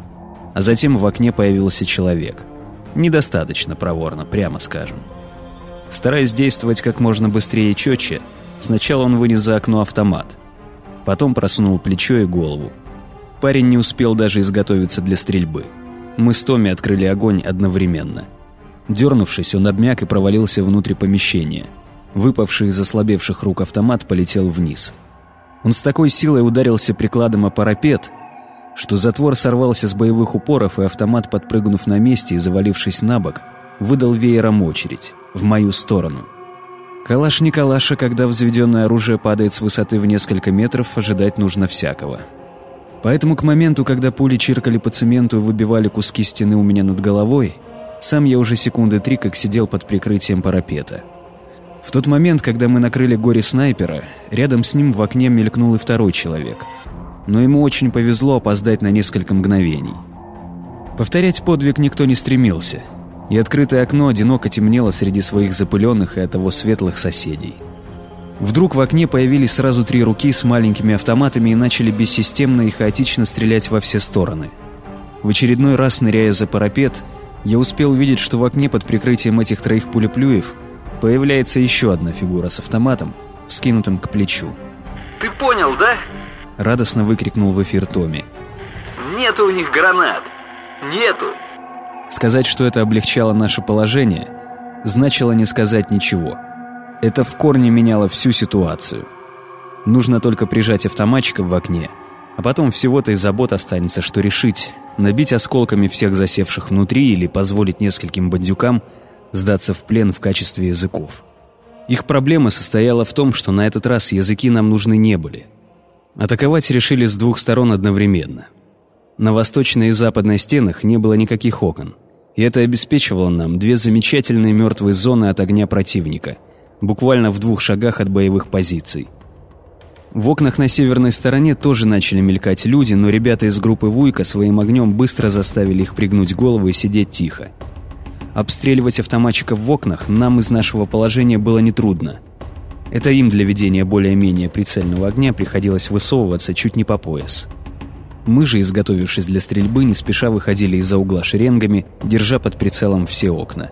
А затем в окне появился человек. Недостаточно проворно, прямо скажем. Стараясь действовать как можно быстрее и четче, сначала он вынес за окно автомат. Потом просунул плечо и голову. Парень не успел даже изготовиться для стрельбы. Мы с Томми открыли огонь одновременно. Дернувшись, он обмяк и провалился внутрь помещения. Выпавший из ослабевших рук автомат полетел вниз. Он с такой силой ударился прикладом о парапет, что затвор сорвался с боевых упоров, и автомат, подпрыгнув на месте и завалившись на бок, выдал веером очередь в мою сторону. Калаш не калаша, когда взведенное оружие падает с высоты в несколько метров, ожидать нужно всякого. Поэтому к моменту, когда пули чиркали по цементу и выбивали куски стены у меня над головой, сам я уже секунды три как сидел под прикрытием парапета. В тот момент, когда мы накрыли горе-снайпера, рядом с ним в окне мелькнул и второй человек. Но ему очень повезло опоздать на несколько мгновений. Повторять подвиг никто не стремился, и открытое окно одиноко темнело среди своих запыленных и оттого светлых соседей. Вдруг в окне появились сразу три руки с маленькими автоматами и начали бессистемно и хаотично стрелять во все стороны. В очередной раз, ныряя за парапет, я успел увидеть, что в окне под прикрытием этих троих пулеплюев появляется еще одна фигура с автоматом, вскинутым к плечу. «Ты понял, да?» — радостно выкрикнул в эфир Томми. «Нету у них гранат! Нету!» Сказать, что это облегчало наше положение, значило не сказать ничего. Это в корне меняло всю ситуацию. Нужно только прижать автоматчиков в окне, а потом всего-то и забот останется, что решить: набить осколками всех засевших внутри или позволить нескольким бандюкам сдаться в плен в качестве языков. Их проблема состояла в том, что на этот раз языки нам нужны не были. Атаковать решили с двух сторон одновременно. На восточной и западной стенах не было никаких окон, и это обеспечивало нам две замечательные мертвые зоны от огня противника, буквально в двух шагах от боевых позиций. В окнах на северной стороне тоже начали мелькать люди, но ребята из группы Вуйка своим огнем быстро заставили их пригнуть голову и сидеть тихо. Обстреливать автоматчиков в окнах нам из нашего положения было нетрудно. Это им для ведения более-менее прицельного огня приходилось высовываться чуть не по пояс. Мы же, изготовившись для стрельбы, не спеша выходили из-за угла шеренгами, держа под прицелом все окна.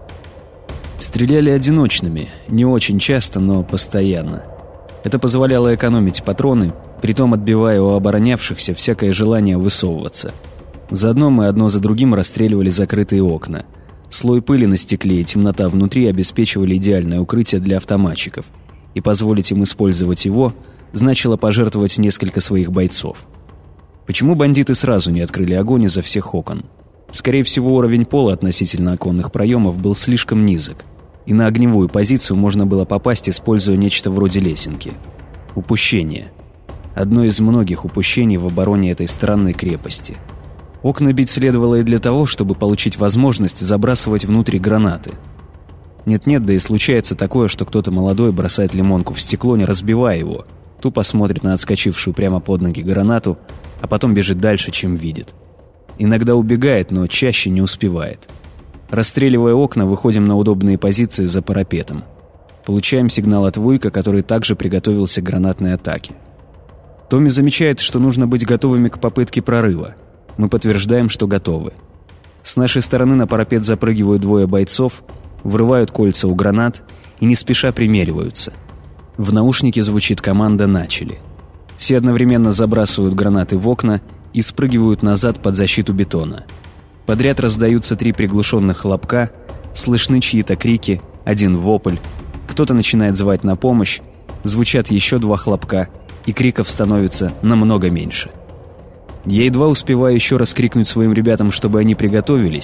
Стреляли одиночными, не очень часто, но постоянно. Это позволяло экономить патроны, притом отбивая у оборонявшихся всякое желание высовываться. Заодно мы одно за другим расстреливали закрытые окна. Слой пыли на стекле и темнота внутри обеспечивали идеальное укрытие для автоматчиков, и позволить им использовать его значило пожертвовать несколько своих бойцов. Почему бандиты сразу не открыли огонь изо всех окон? Скорее всего, уровень пола относительно оконных проемов был слишком низок, и на огневую позицию можно было попасть, используя нечто вроде лесенки. Упущение. Одно из многих упущений в обороне этой странной крепости. Окна бить следовало и для того, чтобы получить возможность забрасывать внутрь гранаты. Нет-нет, да и случается такое, что кто-то молодой бросает лимонку в стекло, не разбивая его, тупо смотрит на отскочившую прямо под ноги гранату, а потом бежит дальше, чем видит. Иногда убегает, но чаще не успевает. Расстреливая окна, выходим на удобные позиции за парапетом. Получаем сигнал от Вуйка, который также приготовился к гранатной атаке. Томми замечает, что нужно быть готовыми к попытке прорыва. Мы подтверждаем, что готовы. С нашей стороны на парапет запрыгивают двое бойцов, врывают кольца у гранат и не спеша примериваются. В наушнике звучит команда «Начали». Все одновременно забрасывают гранаты в окна и спрыгивают назад под защиту бетона. Подряд раздаются три приглушенных хлопка, слышны чьи-то крики, один вопль, кто-то начинает звать на помощь, звучат еще два хлопка, и криков становится намного меньше. Я едва успеваю еще раз крикнуть своим ребятам, чтобы они приготовились,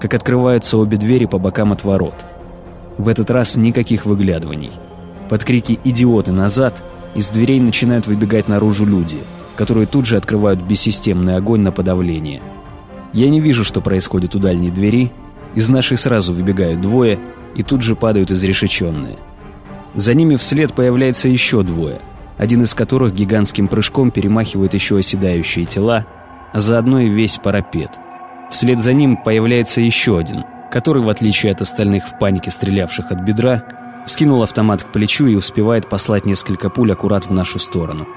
как открываются обе двери по бокам от ворот. В этот раз никаких выглядываний. Под крики «Идиоты! Назад!» из дверей начинают выбегать наружу люди, которые тут же открывают бессистемный огонь на подавление. Я не вижу, что происходит у дальней двери. Из нашей сразу выбегают двое и тут же падают изрешеченные. За ними вслед появляется еще двое, один из которых гигантским прыжком перемахивает еще оседающие тела, а заодно и весь парапет. Вслед за ним появляется еще один, который, в отличие от остальных в панике стрелявших от бедра, вскинул автомат к плечу и успевает послать несколько пуль аккурат в нашу сторону.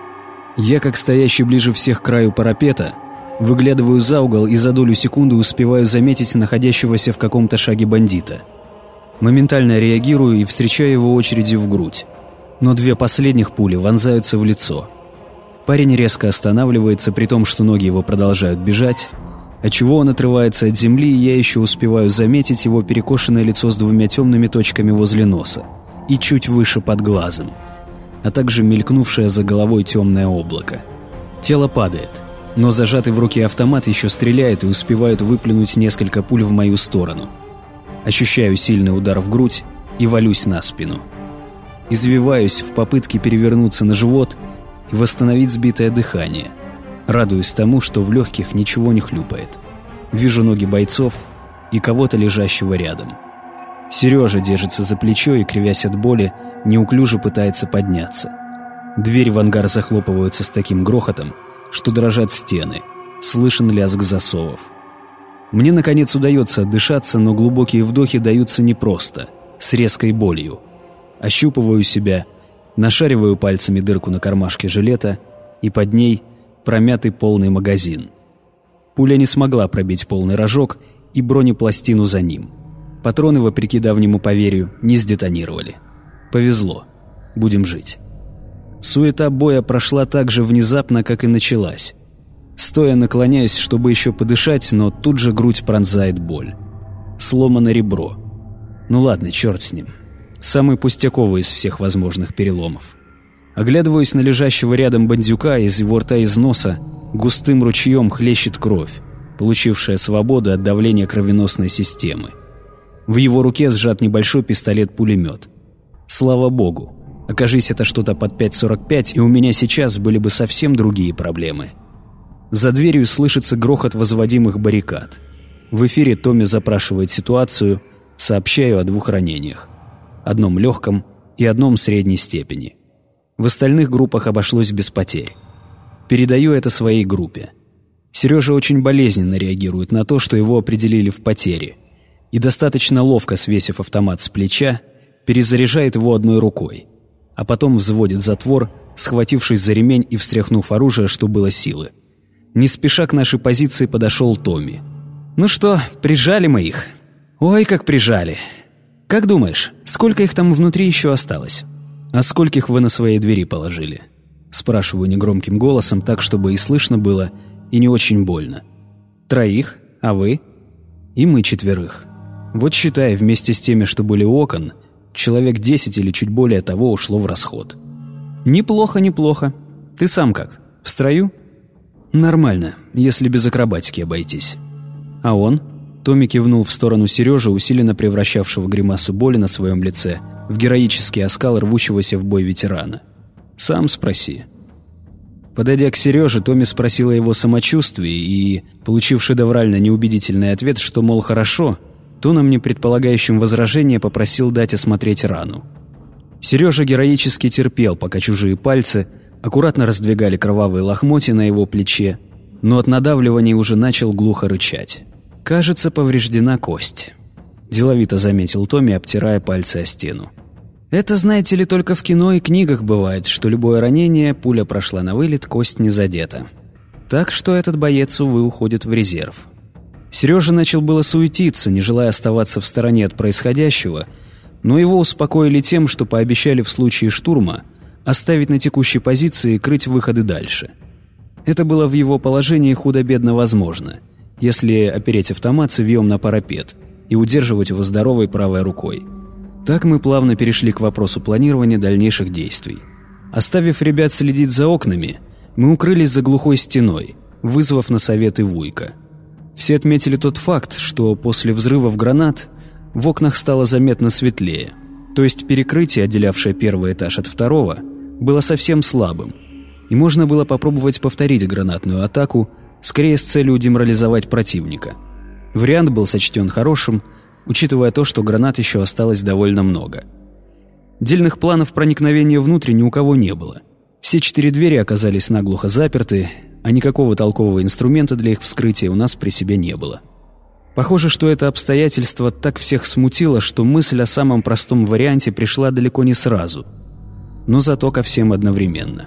Я, как стоящий ближе всех к краю парапета, выглядываю за угол и за долю секунды успеваю заметить находящегося в каком-то шаге бандита. Моментально реагирую и встречаю его очередью в грудь. Но две последних пули вонзаются в лицо. Парень резко останавливается, при том, что ноги его продолжают бежать, отчего он отрывается от земли, и я еще успеваю заметить его перекошенное лицо с двумя темными точками возле носа и чуть выше под глазом, а также мелькнувшее за головой темное облако. Тело падает, но зажатый в руке автомат еще стреляет и успевает выплюнуть несколько пуль в мою сторону. Ощущаю сильный удар в грудь и валюсь на спину. Извиваюсь в попытке перевернуться на живот и восстановить сбитое дыхание. Радуюсь тому, что в легких ничего не хлюпает. Вижу ноги бойцов и кого-то лежащего рядом. Сережа держится за плечо и, кривясь от боли, неуклюже пытается подняться. Двери в ангар захлопываются с таким грохотом, что дрожат стены. Слышен лязг засовов. Мне, наконец, удается отдышаться, но глубокие вдохи даются непросто, с резкой болью. Ощупываю себя, нашариваю пальцами дырку на кармашке жилета, и под ней промятый полный магазин. Пуля не смогла пробить полный рожок и бронепластину за ним. Патроны, вопреки давнему поверью, не сдетонировали. Повезло. Будем жить. Суета боя прошла так же внезапно, как и началась. Стоя наклоняюсь, чтобы еще подышать, но тут же грудь пронзает боль. Сломано ребро. Ну ладно, черт с ним. Самый пустяковый из всех возможных переломов. Оглядываясь на лежащего рядом бандюка, из его рта и из носа густым ручьем хлещет кровь, получившая свободу от давления кровеносной системы. В его руке сжат небольшой пистолет-пулемет. Слава богу. Окажись это что-то под пять сорок пять, и у меня сейчас были бы совсем другие проблемы. За дверью слышится грохот возводимых баррикад. В эфире Томми запрашивает ситуацию, сообщаю о двух ранениях. Одном легком и одном средней степени. В остальных группах обошлось без потерь. Передаю это своей группе. Сережа очень болезненно реагирует на то, что его определили в потере, и достаточно ловко, свесив автомат с плеча, перезаряжает его одной рукой, а потом взводит затвор, схватившись за ремень и встряхнув оружие, что было силы. Не спеша к нашей позиции подошел Томми. «Ну что, прижали мы их?» «Ой, как прижали! Как думаешь, сколько их там внутри еще осталось?» «А скольких вы на своей двери положили?» Спрашиваю негромким голосом, так, чтобы и слышно было, и не очень больно. «Троих? А вы?» «И мы четверых. Вот считай, вместе с теми, что были у окон, человек десять или чуть более того ушло в расход». «Неплохо, неплохо. Ты сам как, в строю?» «Нормально, если без акробатики обойтись». «А он?» Томми кивнул в сторону Сережи, усиленно превращавшего гримасу боли на своем лице в героический оскал рвущегося в бой ветерана. «Сам спроси». Подойдя к Сереже, Томми спросил о его самочувствии и, получив шедеврально неубедительный ответ, что, мол, хорошо, тоном, не предполагающим возражения, попросил дать осмотреть рану. Сережа героически терпел, пока чужие пальцы аккуратно раздвигали кровавые лохмотья на его плече, но от надавливания уже начал глухо рычать. «Кажется, повреждена кость», – деловито заметил Томми, обтирая пальцы о стену. «Это, знаете ли, только в кино и книгах бывает, что любое ранение, пуля прошла на вылет, кость не задета. Так что этот боец, увы, уходит в резерв». Сережа начал было суетиться, не желая оставаться в стороне от происходящего, но его успокоили тем, что пообещали в случае штурма оставить на текущей позиции и крыть выходы дальше. Это было в его положении худо-бедно возможно, если опереть автомат цевьем на парапет и удерживать его здоровой правой рукой. Так мы плавно перешли к вопросу планирования дальнейших действий. Оставив ребят следить за окнами, мы укрылись за глухой стеной, вызвав на совет и Вуйка. Все отметили тот факт, что после взрывов гранат в окнах стало заметно светлее. То есть перекрытие, отделявшее первый этаж от второго, было совсем слабым, и можно было попробовать повторить гранатную атаку, скорее с целью деморализовать противника. Вариант был сочтен хорошим, учитывая то, что гранат еще осталось довольно много. Дельных планов проникновения внутрь ни у кого не было. Все четыре двери оказались наглухо заперты, а никакого толкового инструмента для их вскрытия у нас при себе не было. Похоже, что это обстоятельство так всех смутило, что мысль о самом простом варианте пришла далеко не сразу, но зато ко всем одновременно.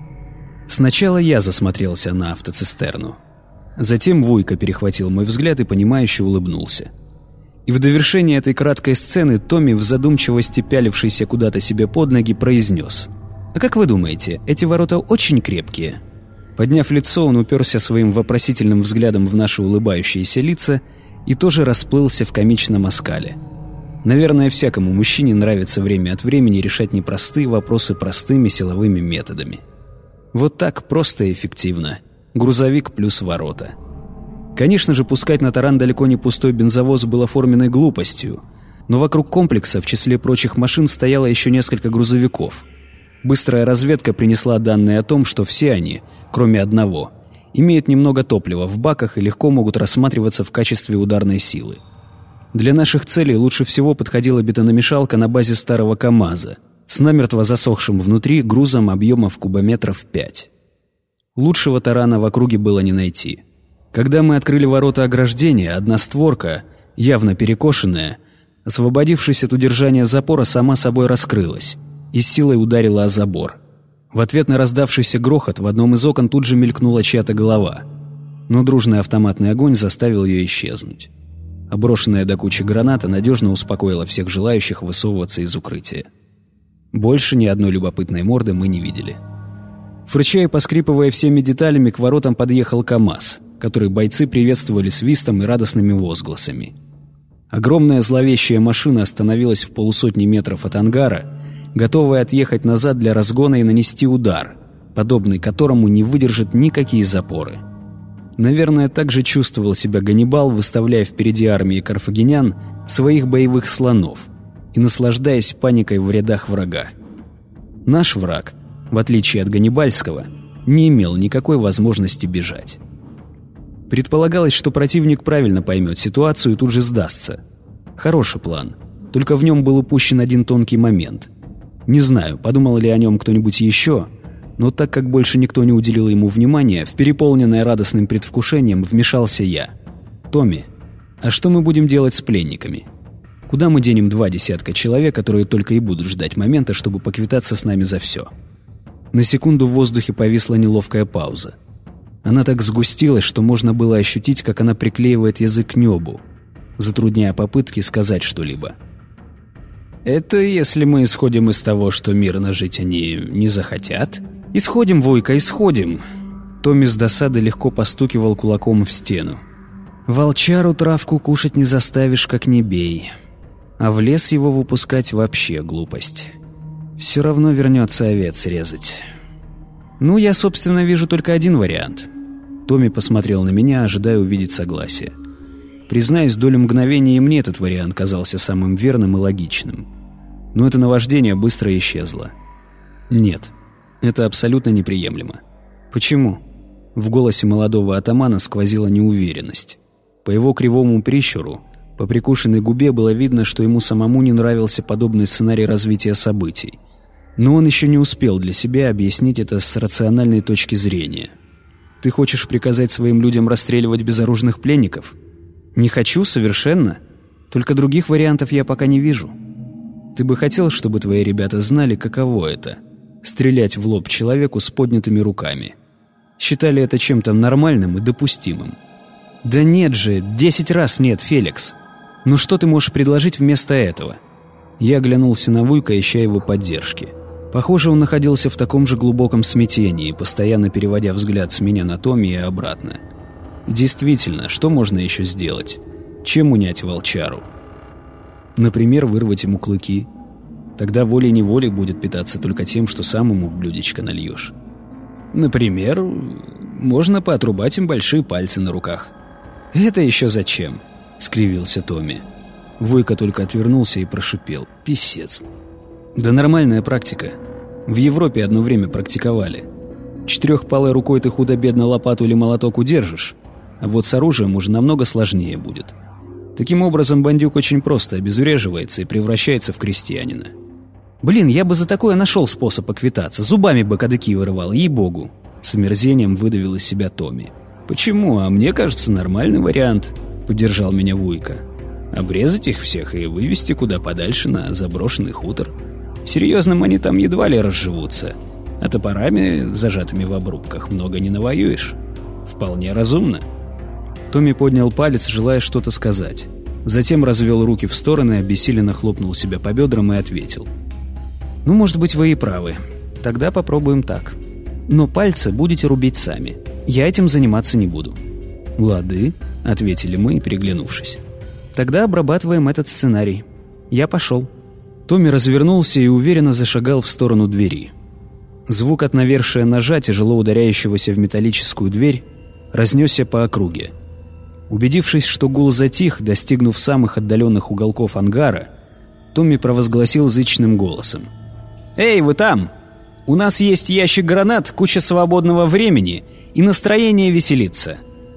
Сначала я засмотрелся на автоцистерну. Затем Вуйка перехватил мой взгляд и понимающе улыбнулся. И в довершение этой краткой сцены Томми, в задумчивости пялившийся куда-то себе под ноги, произнес: «А как вы думаете, эти ворота очень крепкие?» Подняв лицо, он уперся своим вопросительным взглядом в наши улыбающиеся лица и тоже расплылся в комичном оскале. Наверное, всякому мужчине нравится время от времени решать непростые вопросы простыми силовыми методами. Вот так просто и эффективно. Грузовик плюс ворота. Конечно же, пускать на таран далеко не пустой бензовоз было форменной глупостью, но вокруг комплекса в числе прочих машин стояло еще несколько грузовиков. Быстрая разведка принесла данные о том, что все они, кроме одного, имеют немного топлива в баках и легко могут рассматриваться в качестве ударной силы. Для наших целей лучше всего подходила бетономешалка на базе старого КАМАЗа с намертво засохшим внутри грузом объемом в кубометров пять. Лучшего тарана в округе было не найти. Когда мы открыли ворота ограждения, одна створка, явно перекошенная, освободившись от удержания запора, сама собой раскрылась и с силой ударила о забор. В ответ на раздавшийся грохот в одном из окон тут же мелькнула чья-то голова, но дружный автоматный огонь заставил ее исчезнуть. Оброшенная до кучи граната надежно успокоила всех желающих высовываться из укрытия. Больше ни одной любопытной морды мы не видели. Фырча и поскрипывая всеми деталями, к воротам подъехал КАМАЗ, который бойцы приветствовали свистом и радостными возгласами. Огромная зловещая машина остановилась в полусотни метров от ангара, готовая отъехать назад для разгона и нанести удар, подобный которому не выдержат никакие запоры. Наверное, так же чувствовал себя Ганнибал, выставляя впереди армии карфагенян своих боевых слонов и наслаждаясь паникой в рядах врага. Наш враг, в отличие от ганнибальского, не имел никакой возможности бежать. Предполагалось, что противник правильно поймет ситуацию и тут же сдастся. Хороший план, только в нем был упущен один тонкий момент. Не знаю, подумал ли о нем кто-нибудь еще, но так как больше никто не уделил ему внимания, в переполненное радостным предвкушением вмешался я. «Томми, а что мы будем делать с пленниками? Куда мы денем два десятка человек, которые только и будут ждать момента, чтобы поквитаться с нами за все?» На секунду в воздухе повисла неловкая пауза. Она так сгустилась, что можно было ощутить, как она приклеивает язык к небу, затрудняя попытки сказать что-либо. «Это если мы исходим из того, что мирно жить они не захотят?» «Исходим, Вуйка, исходим!» Томми с досады легко постукивал кулаком в стену. «Волчару травку кушать не заставишь, как не бей. А в лес его выпускать вообще глупость. Все равно вернется овец резать». «Ну, я, собственно, вижу только один вариант». Томми посмотрел на меня, ожидая увидеть согласие. Признаюсь, долю мгновения и мне этот вариант казался самым верным и логичным. Но это наваждение быстро исчезло. Нет, это абсолютно неприемлемо. Почему? В голосе молодого атамана сквозила неуверенность. По его кривому прищуру, по прикушенной губе было видно, что ему самому не нравился подобный сценарий развития событий. Но он еще не успел для себя объяснить это с рациональной точки зрения. «Ты хочешь приказать своим людям расстреливать безоружных пленников?» «Не хочу, совершенно. Только других вариантов я пока не вижу. Ты бы хотел, чтобы твои ребята знали, каково это — стрелять в лоб человеку с поднятыми руками? Считали это чем-то нормальным и допустимым?» «Да нет же, десять раз нет, Феликс. Ну что ты можешь предложить вместо этого?» Я оглянулся на Вуйка, ища его поддержки. Похоже, он находился в таком же глубоком смятении, постоянно переводя взгляд с меня на Томми и обратно. Действительно, что можно еще сделать? Чем унять волчару? Например, вырвать ему клыки. Тогда волей-неволей будет питаться только тем, что сам ему в блюдечко нальешь. Например, можно поотрубать им большие пальцы на руках. «Это еще зачем?» — скривился Томми. Вуйка только отвернулся и прошипел: «Писец». «Да нормальная практика. В Европе одно время практиковали. Четырехпалой рукой ты худо-бедно лопату или молоток удержишь, а вот с оружием уже намного сложнее будет. Таким образом, бандюк очень просто обезвреживается и превращается в крестьянина». «Блин, я бы за такое нашел способ поквитаться, зубами бы кадыки вырывал, ей-богу!» С омерзением выдавил из себя Томми. «Почему? А мне кажется, нормальный вариант», — поддержал меня Вуйка. «Обрезать их всех и вывести куда подальше на заброшенный хутор. Серьезным они там едва ли разживутся, а топорами, зажатыми в обрубках, много не навоюешь. Вполне разумно». Томми поднял палец, желая что-то сказать. Затем развел руки в стороны, обессиленно хлопнул себя по бедрам и ответил: «Ну, может быть, вы и правы. Тогда попробуем так. Но пальцы будете рубить сами. Я этим заниматься не буду». «Лады», — ответили мы, переглянувшись. «Тогда обрабатываем этот сценарий. Я пошел». Томми развернулся и уверенно зашагал в сторону двери. Звук от навершия ножа, тяжело ударяющегося в металлическую дверь, разнесся по округе. Убедившись, что гул затих, достигнув самых отдаленных уголков ангара, Томми провозгласил зычным голосом: «Эй, вы там! У нас есть ящик гранат, куча свободного времени и настроение веселиться.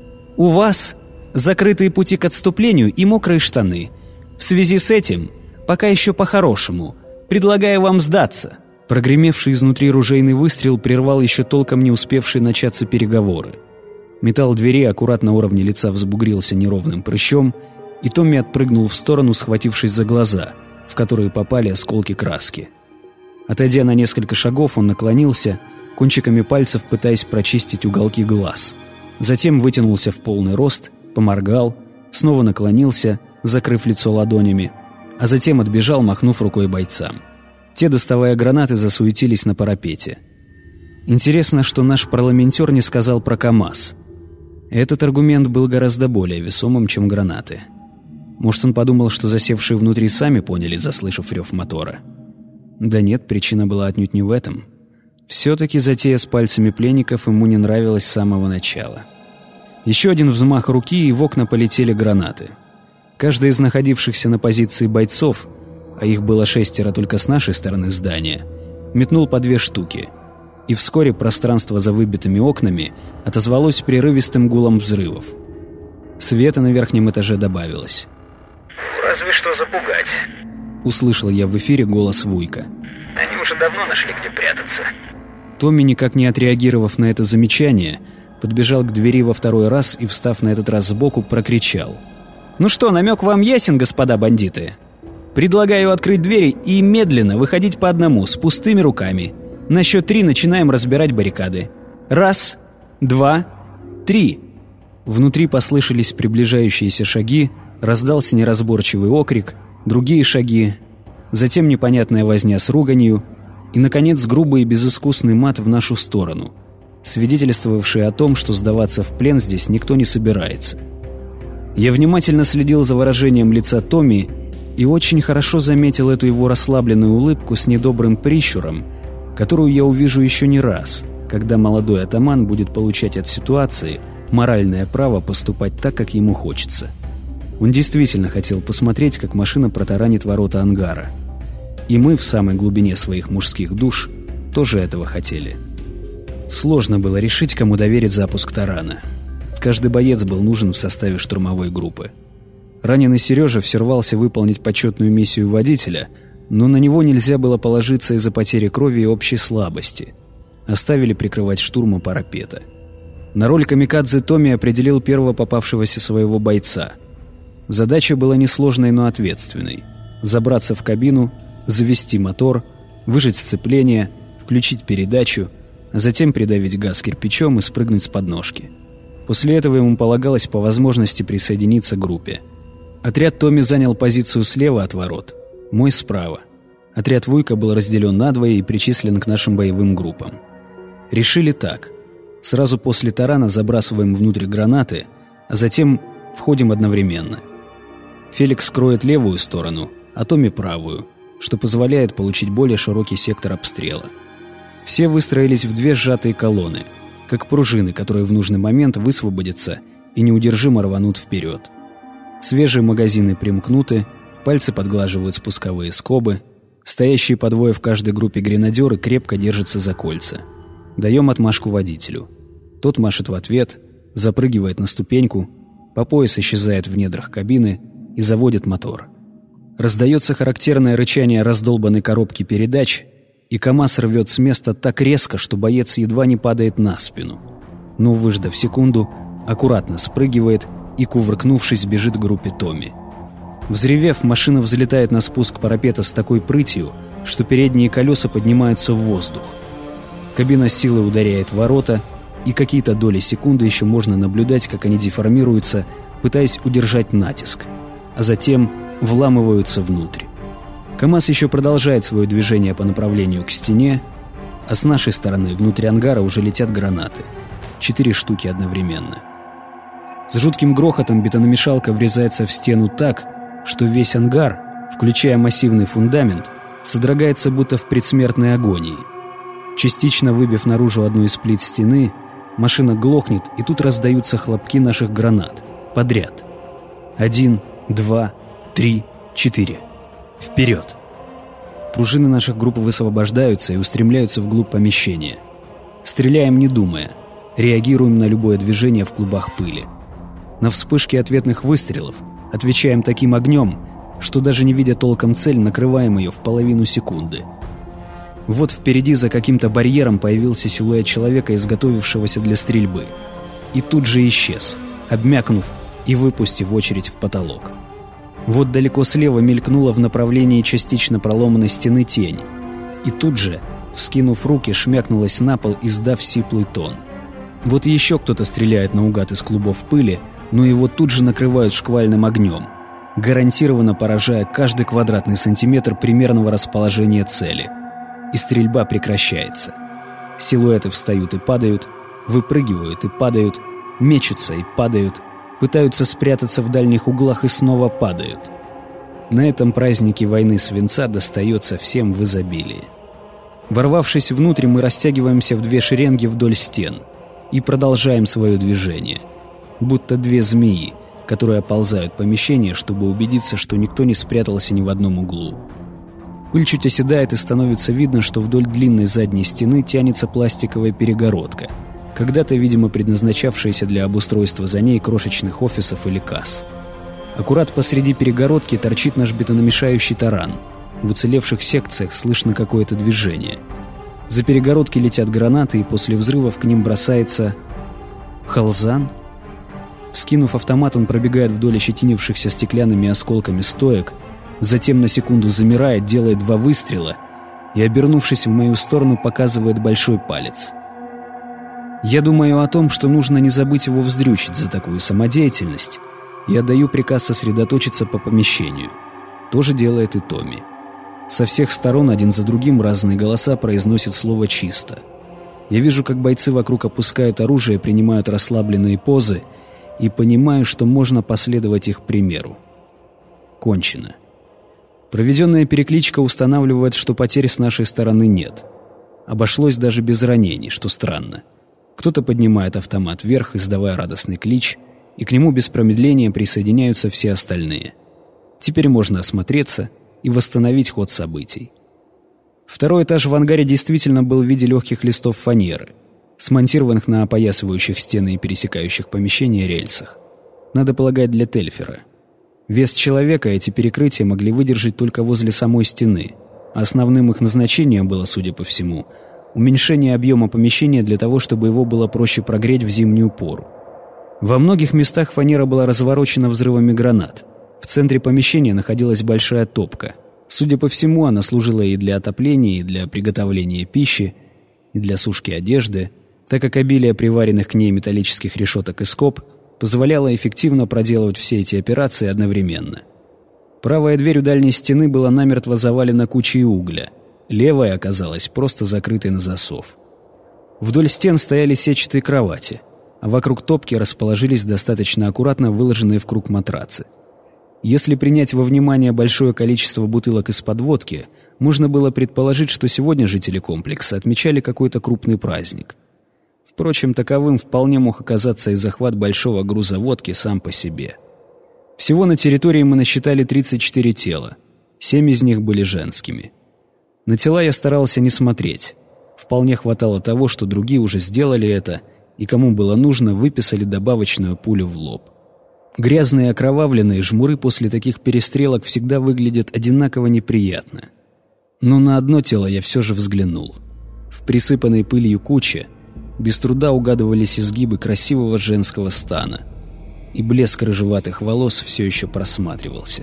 У вас закрытые пути к отступлению и мокрые штаны. В связи с этим, пока еще по-хорошему, предлагаю вам сдаться». Прогремевший изнутри ружейный выстрел прервал еще толком не успевшие начаться переговоры. Металл двери аккурат на уровне лица взбугрился неровным прыщом, и Томми отпрыгнул в сторону, схватившись за глаза, в которые попали осколки краски. Отойдя на несколько шагов, он наклонился, кончиками пальцев пытаясь прочистить уголки глаз. Затем вытянулся в полный рост, поморгал, снова наклонился, закрыв лицо ладонями, а затем отбежал, махнув рукой бойцам. Те, доставая гранаты, засуетились на парапете. Интересно, что наш парламентер не сказал про КамАЗ. Этот аргумент был гораздо более весомым, чем гранаты. Может, он подумал, что засевшие внутри сами поняли, заслышав рев мотора. Да нет, причина была отнюдь не в этом. Все-таки затея с пальцами пленников ему не нравилась с самого начала. Еще один взмах руки, и в окна полетели гранаты. Каждый из находившихся на позиции бойцов, а их было шестеро только с нашей стороны здания, метнул по две штуки. И вскоре пространство за выбитыми окнами отозвалось прерывистым гулом взрывов. Света на верхнем этаже добавилось. «Разве что запугать», — услышал я в эфире голос Вуйка. «Они уже давно нашли, где прятаться». Томми, никак не отреагировав на это замечание, подбежал к двери во второй раз и, встав на этот раз сбоку, прокричал: «Ну что, намек вам ясен, господа бандиты? Предлагаю открыть двери и медленно выходить по одному, с пустыми руками. На счет три начинаем разбирать баррикады. Раз, два, три». Внутри послышались приближающиеся шаги, раздался неразборчивый окрик, другие шаги, затем непонятная возня с руганью и, наконец, грубый и безыскусный мат в нашу сторону, свидетельствовавший о том, что сдаваться в плен здесь никто не собирается. Я внимательно следил за выражением лица Томми и очень хорошо заметил эту его расслабленную улыбку с недобрым прищуром, которую я увижу еще не раз, когда молодой атаман будет получать от ситуации моральное право поступать так, как ему хочется. Он действительно хотел посмотреть, как машина протаранит ворота ангара. И мы в самой глубине своих мужских душ тоже этого хотели. Сложно было решить, кому доверить запуск тарана. Каждый боец был нужен в составе штурмовой группы. Раненый Сережа все рвался выполнить почетную миссию водителя, но на него нельзя было положиться из-за потери крови и общей слабости. Оставили прикрывать штурму парапета. На роль камикадзе Томми определил первого попавшегося своего бойца. Задача была несложной, но ответственной. Забраться в кабину, завести мотор, выжать сцепление, включить передачу, а затем придавить газ кирпичом и спрыгнуть с подножки. После этого ему полагалось по возможности присоединиться к группе. Отряд Томми занял позицию слева от ворот, мой справа. Отряд Вуйка был разделен надвое и причислен к нашим боевым группам. Решили так. Сразу после тарана забрасываем внутрь гранаты, а затем входим одновременно. Феликс скроет левую сторону, а Томми правую, что позволяет получить более широкий сектор обстрела. Все выстроились в две сжатые колонны, как пружины, которые в нужный момент высвободятся и неудержимо рванут вперед. Свежие магазины примкнуты, пальцы подглаживают спусковые скобы, стоящие по двое в каждой группе гренадеры крепко держатся за кольца. Даем отмашку водителю. Тот машет в ответ, запрыгивает на ступеньку, по пояс исчезает в недрах кабины и заводит мотор. Раздается характерное рычание раздолбанной коробки передач, и КамАЗ рвет с места так резко, что боец едва не падает на спину. Но, выждав секунду, аккуратно спрыгивает и, кувыркнувшись, бежит к группе Томми. Взревев, машина взлетает на спуск парапета с такой прытью, что передние колеса поднимаются в воздух. Кабина с силой ударяет в ворота, и какие-то доли секунды еще можно наблюдать, как они деформируются, пытаясь удержать натиск, а затем вламываются внутрь. КамАЗ еще продолжает свое движение по направлению к стене, а с нашей стороны внутрь ангара уже летят гранаты. Четыре штуки одновременно. С жутким грохотом бетономешалка врезается в стену так, что весь ангар, включая массивный фундамент, содрогается будто в предсмертной агонии. Частично выбив наружу одну из плит стены, машина глохнет, и тут раздаются хлопки наших гранат. Подряд. Один, два, три, четыре. Вперед! Пружины наших групп высвобождаются и устремляются вглубь помещения. Стреляем, не думая. Реагируем на любое движение в клубах пыли. На вспышки ответных выстрелов отвечаем таким огнем, что даже не видя толком цель, накрываем ее в половину секунды. Вот впереди за каким-то барьером появился силуэт человека, изготовившегося для стрельбы. И тут же исчез, обмякнув и выпустив очередь в потолок. Вот далеко слева мелькнула в направлении частично проломанной стены тень. И тут же, вскинув руки, шмякнулась на пол, издав сиплый тон. Вот еще кто-то стреляет наугад из клубов пыли, но его тут же накрывают шквальным огнем, гарантированно поражая каждый квадратный сантиметр примерного расположения цели. И стрельба прекращается. Силуэты встают и падают, выпрыгивают и падают, мечутся и падают, пытаются спрятаться в дальних углах и снова падают. На этом празднике войны свинца достается всем в изобилии. Ворвавшись внутрь, мы растягиваемся в две шеренги вдоль стен и продолжаем свое движение, будто две змеи, которые оползают помещение, чтобы убедиться, что никто не спрятался ни в одном углу. Пыль чуть оседает, и становится видно, что вдоль длинной задней стены тянется пластиковая перегородка, когда-то, видимо, предназначавшаяся для обустройства за ней крошечных офисов или касс. Аккурат посреди перегородки торчит наш бетономешающий таран. В уцелевших секциях слышно какое-то движение. За перегородки летят гранаты, и после взрывов к ним бросается... Халзан? Вскинув автомат, он пробегает вдоль ощетинившихся стеклянными осколками стоек, затем на секунду замирает, делает два выстрела и, обернувшись в мою сторону, показывает большой палец. Я думаю о том, что нужно не забыть его вздрючить за такую самодеятельность, и отдаю приказ сосредоточиться по помещению. То же делает и Томми. Со всех сторон один за другим разные голоса произносят слово «чисто». Я вижу, как бойцы вокруг опускают оружие, принимают расслабленные позы, и понимаю, что можно последовать их примеру. Кончено. Проведенная перекличка устанавливает, что потерь с нашей стороны нет. Обошлось даже без ранений, что странно. Кто-то поднимает автомат вверх, издавая радостный клич, и к нему без промедления присоединяются все остальные. Теперь можно осмотреться и восстановить ход событий. Второй этаж в ангаре действительно был в виде легких листов фанеры, смонтированных на опоясывающих стены и пересекающих помещения рельсах. Надо полагать, для Тельфера. Вес человека эти перекрытия могли выдержать только возле самой стены, а основным их назначением было, судя по всему, уменьшение объема помещения для того, чтобы его было проще прогреть в зимнюю пору. Во многих местах фанера была разворочена взрывами гранат. В центре помещения находилась большая топка. Судя по всему, она служила и для отопления, и для приготовления пищи, и для сушки одежды, так как обилие приваренных к ней металлических решеток и скоб позволяло эффективно проделывать все эти операции одновременно. Правая дверь у дальней стены была намертво завалена кучей угля, левая оказалась просто закрытой на засов. Вдоль стен стояли сетчатые кровати, а вокруг топки расположились достаточно аккуратно выложенные в круг матрацы. Если принять во внимание большое количество бутылок из-под водки, можно было предположить, что сегодня жители комплекса отмечали какой-то крупный праздник. В Впрочем, таковым вполне мог оказаться и захват большого груза водки сам по себе. Всего на территории мы насчитали тридцать четыре тела. Семь из них были женскими. На тела я старался не смотреть. Вполне хватало того, что другие уже сделали это, и кому было нужно, выписали добавочную пулю в лоб. Грязные окровавленные жмуры после таких перестрелок всегда выглядят одинаково неприятно. Но на одно тело я все же взглянул. В присыпанной пылью куче без труда угадывались изгибы красивого женского стана, и блеск рыжеватых волос все еще просматривался.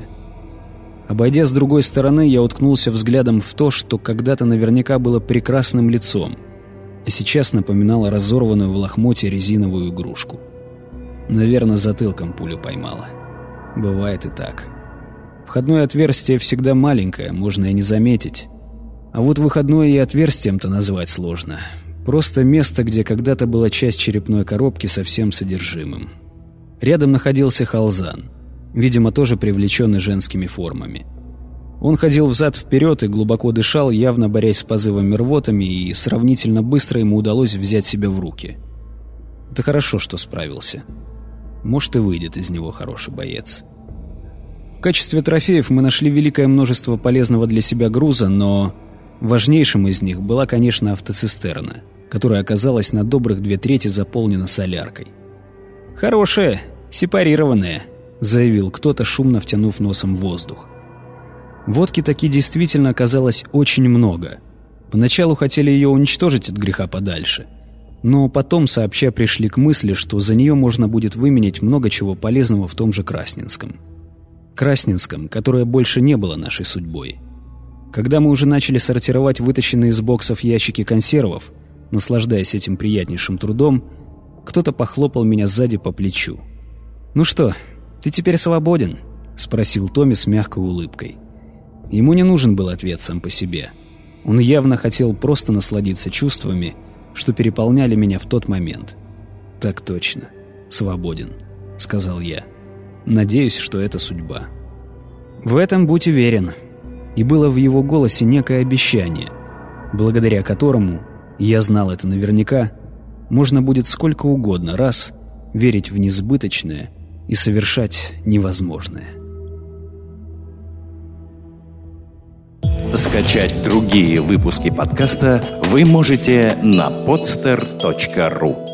Обойдя с другой стороны, я уткнулся взглядом в то, что когда-то наверняка было прекрасным лицом, а сейчас напоминало разорванную в лохмотье резиновую игрушку. Наверное, затылком пулю поймала. Бывает и так. Входное отверстие всегда маленькое, можно и не заметить. А вот выходное и отверстием-то назвать сложно. Просто место, где когда-то была часть черепной коробки со всем содержимым. Рядом находился Халзан, видимо, тоже привлеченный женскими формами. Он ходил взад-вперед и глубоко дышал, явно борясь с позывами рвотами, и сравнительно быстро ему удалось взять себя в руки. Это хорошо, что справился. Может, и выйдет из него хороший боец. В качестве трофеев мы нашли великое множество полезного для себя груза, но важнейшим из них была, конечно, автоцистерна, которая оказалась на добрых две трети заполнена соляркой. «Хорошая, сепарированная», — заявил кто-то, шумно втянув носом воздух. Водки таки действительно оказалось очень много. Поначалу хотели ее уничтожить от греха подальше, но потом сообща пришли к мысли, что за нее можно будет выменять много чего полезного в том же Красненском. Красненском, которое больше не было нашей судьбой. Когда мы уже начали сортировать вытащенные из боксов ящики консервов, наслаждаясь этим приятнейшим трудом, кто-то похлопал меня сзади по плечу. «Ну что, ты теперь свободен?» — спросил Томми с мягкой улыбкой. Ему не нужен был ответ сам по себе. Он явно хотел просто насладиться чувствами, что переполняли меня в тот момент. «Так точно, свободен», — сказал я. «Надеюсь, что это судьба». «В этом будь уверен». И было в его голосе некое обещание, благодаря которому, я знал это наверняка, можно будет сколько угодно раз верить в несбыточное и совершать невозможное. Скачать другие выпуски подкаста вы можете на podster точка ру.